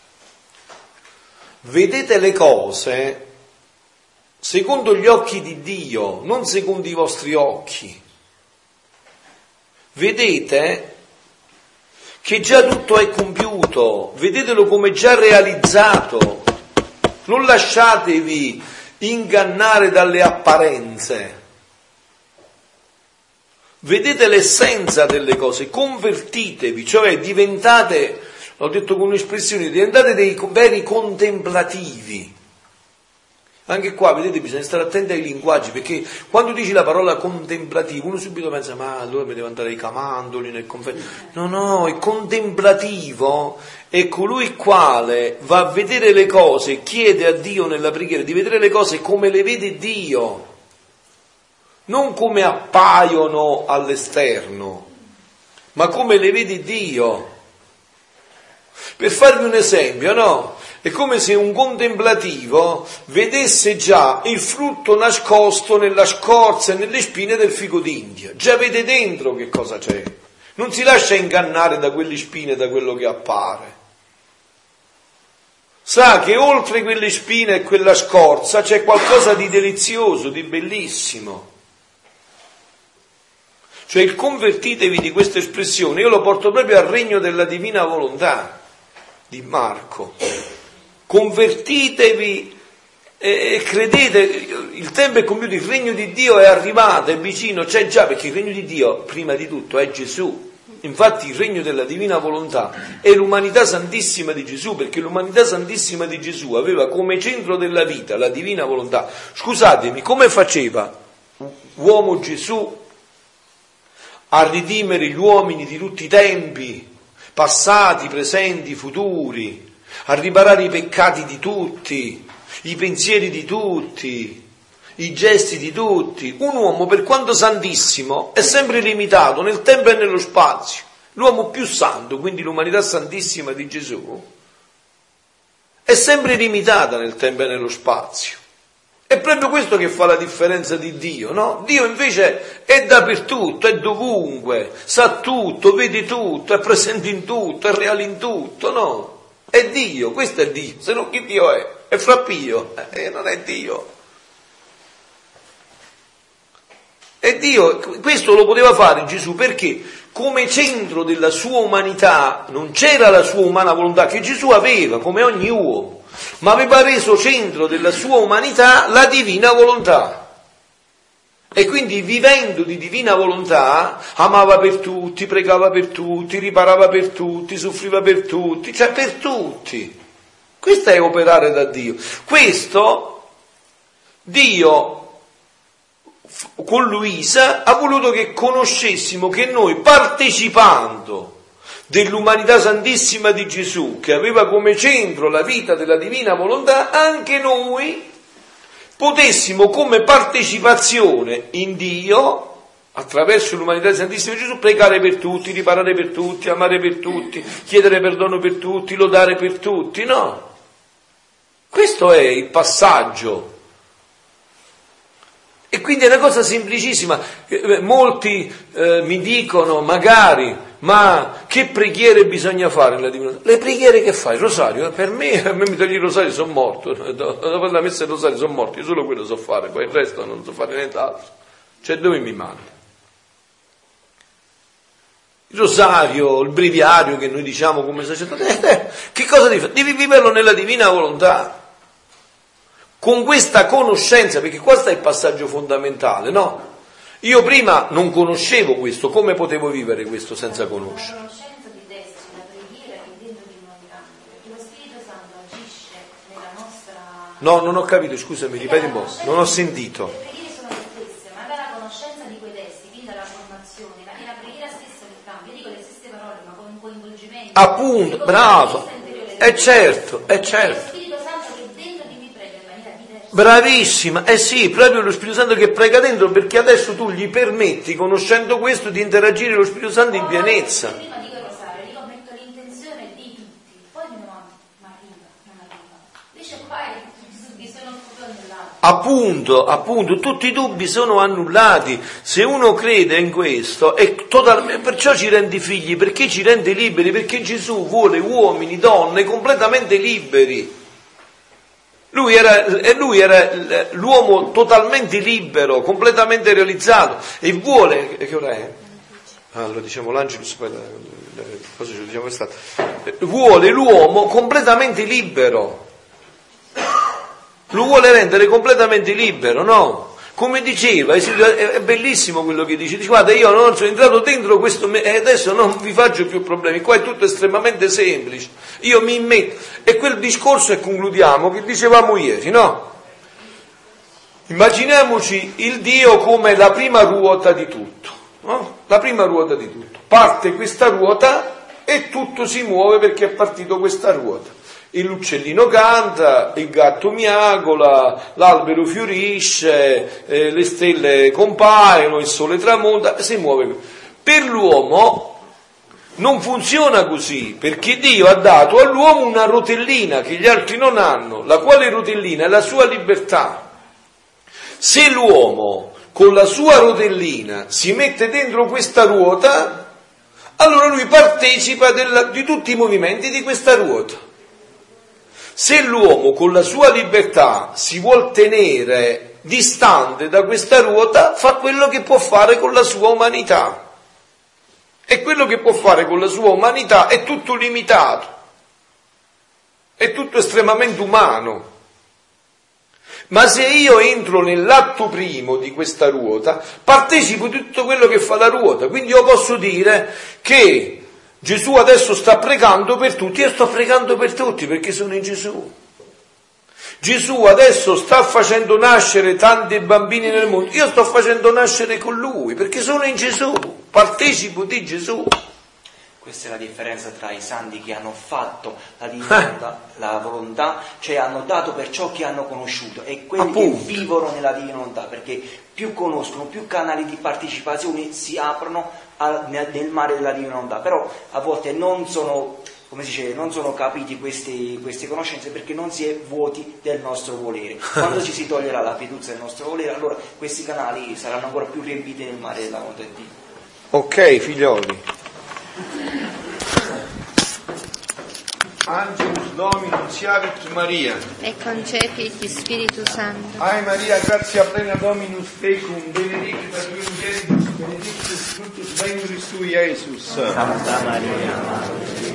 vedete le cose secondo gli occhi di Dio, non secondo i vostri occhi. Vedete che già tutto è compiuto, vedetelo come già realizzato, non lasciatevi ingannare dalle apparenze, vedete l'essenza delle cose, convertitevi, cioè diventate, l'ho detto con un'espressione, diventate dei veri contemplativi. Anche qua, vedete, bisogna stare attenti ai linguaggi, perché quando dici la parola contemplativo, uno subito pensa, ma allora mi devo andare ai camandoli, nel convento. No, no, il contemplativo è colui il quale va a vedere le cose, chiede a Dio nella preghiera di vedere le cose come le vede Dio, non come appaiono all'esterno, ma come le vede Dio. Per farvi un esempio, no? È come se un contemplativo vedesse già il frutto nascosto nella scorza e nelle spine del fico d'India. Già vede dentro che cosa c'è. Non si lascia ingannare da quelle spine, da quello che appare. Sa che oltre quelle spine e quella scorza c'è qualcosa di delizioso, di bellissimo. Cioè il convertitevi di questa espressione, io lo porto proprio al regno della divina volontà di Marco. Convertitevi e credete, il tempo è compiuto, il regno di Dio è arrivato, è vicino, c'è già, perché il regno di Dio prima di tutto è Gesù. Infatti il regno della divina volontà è l'umanità santissima di Gesù, perché l'umanità santissima di Gesù aveva come centro della vita la divina volontà. Scusatemi, come faceva uomo Gesù a ridimere gli uomini di tutti i tempi, passati, presenti, futuri, a riparare i peccati di tutti, i pensieri di tutti, i gesti di tutti? Un uomo, per quanto santissimo, è sempre limitato nel tempo e nello spazio. L'uomo più santo, quindi l'umanità santissima di Gesù, è sempre limitata nel tempo e nello spazio. È proprio questo che fa la differenza di Dio, no? Dio invece è dappertutto, è dovunque, sa tutto, vede tutto, è presente in tutto, è reale in tutto, no? È Dio, questo è Dio, se no chi Dio è? È frappio, eh, non è Dio. È Dio, questo lo poteva fare Gesù perché come centro della sua umanità non c'era la sua umana volontà che Gesù aveva come ogni uomo, ma aveva reso centro della sua umanità la divina volontà. E quindi vivendo di divina volontà amava per tutti, pregava per tutti, riparava per tutti, soffriva per tutti, cioè per tutti. Questo è operare da Dio. Questo Dio con Luisa ha voluto che conoscessimo che noi, partecipando dell'umanità santissima di Gesù, che aveva come centro la vita della divina volontà, anche noi potessimo come partecipazione in Dio, attraverso l'umanità santissima di Gesù, pregare per tutti, riparare per tutti, amare per tutti, chiedere perdono per tutti, lodare per tutti, no? Questo è il passaggio. E quindi è una cosa semplicissima. Molti eh, mi dicono, magari, ma che preghiere bisogna fare nella divinità? Le preghiere che fai? Il rosario? Eh? Per me, a me mi togli il rosario, sono morto. Dopo la messa del rosario sono morto, io solo quello so fare, poi il resto non so fare nient'altro. Cioè dove mi manda? Il rosario, il breviario che noi diciamo come sacerdoti, eh, eh, che cosa devi fare? Devi viverlo nella divina volontà. Con questa conoscenza, perché qua sta il passaggio fondamentale, no? Io prima non conoscevo questo, come potevo vivere questo senza conoscere? La conoscenza di destra, la preghiera che dentro di noi cambia, perché lo Spirito Santo agisce nella nostra... No, non ho capito, scusami, ripeti un po', non ho sentito. Le preghiere sono le stesse, ma dalla conoscenza di quei testi, quindi dalla formazione, è la preghiera stessa che cambia, io dico le stesse parole, ma con un coinvolgimento. Appunto, bravo, è certo, è certo. Bravissima, eh sì, proprio lo Spirito Santo che prega dentro, perché adesso tu gli permetti, conoscendo questo, di interagire con lo Spirito Santo in pienezza. Prima dico il rosario, io metto l'intenzione di tutti, poi non arriva, non arriva. Invece qua sono proprio Appunto, appunto, tutti i dubbi sono annullati. Se uno crede in questo, è totalmente, perciò ci rende figli, perché ci rende liberi, perché Gesù vuole uomini, donne completamente liberi. Lui era, lui era l'uomo totalmente libero, completamente realizzato, e vuole, che ora è? Allora diciamo l'Angelus, poi cosa ci diciamo quest'altro. Vuole l'uomo completamente libero. Lo vuole rendere completamente libero, no? Come diceva, è bellissimo quello che dice, dice guarda, io non sono entrato dentro questo e adesso non vi faccio più problemi, qua è tutto estremamente semplice, io mi metto, e quel discorso, e concludiamo, che dicevamo ieri, no? Immaginiamoci il Dio come la prima ruota di tutto, no? La prima ruota di tutto, parte questa ruota e tutto si muove perché è partito questa ruota. L'uccellino canta, il gatto miagola, l'albero fiorisce, eh, le stelle compaiono, il sole tramonta, si muove. Per l'uomo non funziona così, perché Dio ha dato all'uomo una rotellina che gli altri non hanno, la quale rotellina è la sua libertà. Se l'uomo con la sua rotellina si mette dentro questa ruota, allora lui partecipa della, di tutti i movimenti di questa ruota. Se l'uomo con la sua libertà si vuol tenere distante da questa ruota, fa quello che può fare con la sua umanità. E quello che può fare con la sua umanità è tutto limitato, è tutto estremamente umano. Ma se io entro nell'atto primo di questa ruota, partecipo di tutto quello che fa la ruota. Quindi io posso dire che Gesù adesso sta pregando per tutti, io sto pregando per tutti perché sono in Gesù. Gesù adesso sta facendo nascere tanti bambini nel mondo, io sto facendo nascere con Lui perché sono in Gesù, partecipo di Gesù. Questa è la differenza tra i santi che hanno fatto la divina la volontà, cioè hanno dato per ciò che hanno conosciuto, e quelli Appunto. che vivono nella divina volontà, perché più conoscono, più canali di partecipazione si aprono al, nel mare della divina volontà. Però a volte non sono, come si dice, non sono capiti queste, queste conoscenze, perché non si è vuoti del nostro volere. Quando ci si toglierà la fiducia del nostro volere, allora questi canali saranno ancora più riempiti nel mare della volontà di Dio. Ok, figlioli. Angelus Dominum siavit Maria. E concepit Spiritus Sancto. Ai Maria, grazia plena Dominus tecum, benedicta tui mulieribus, benedictus fructus ventris tui, Iesus. Santa Maria,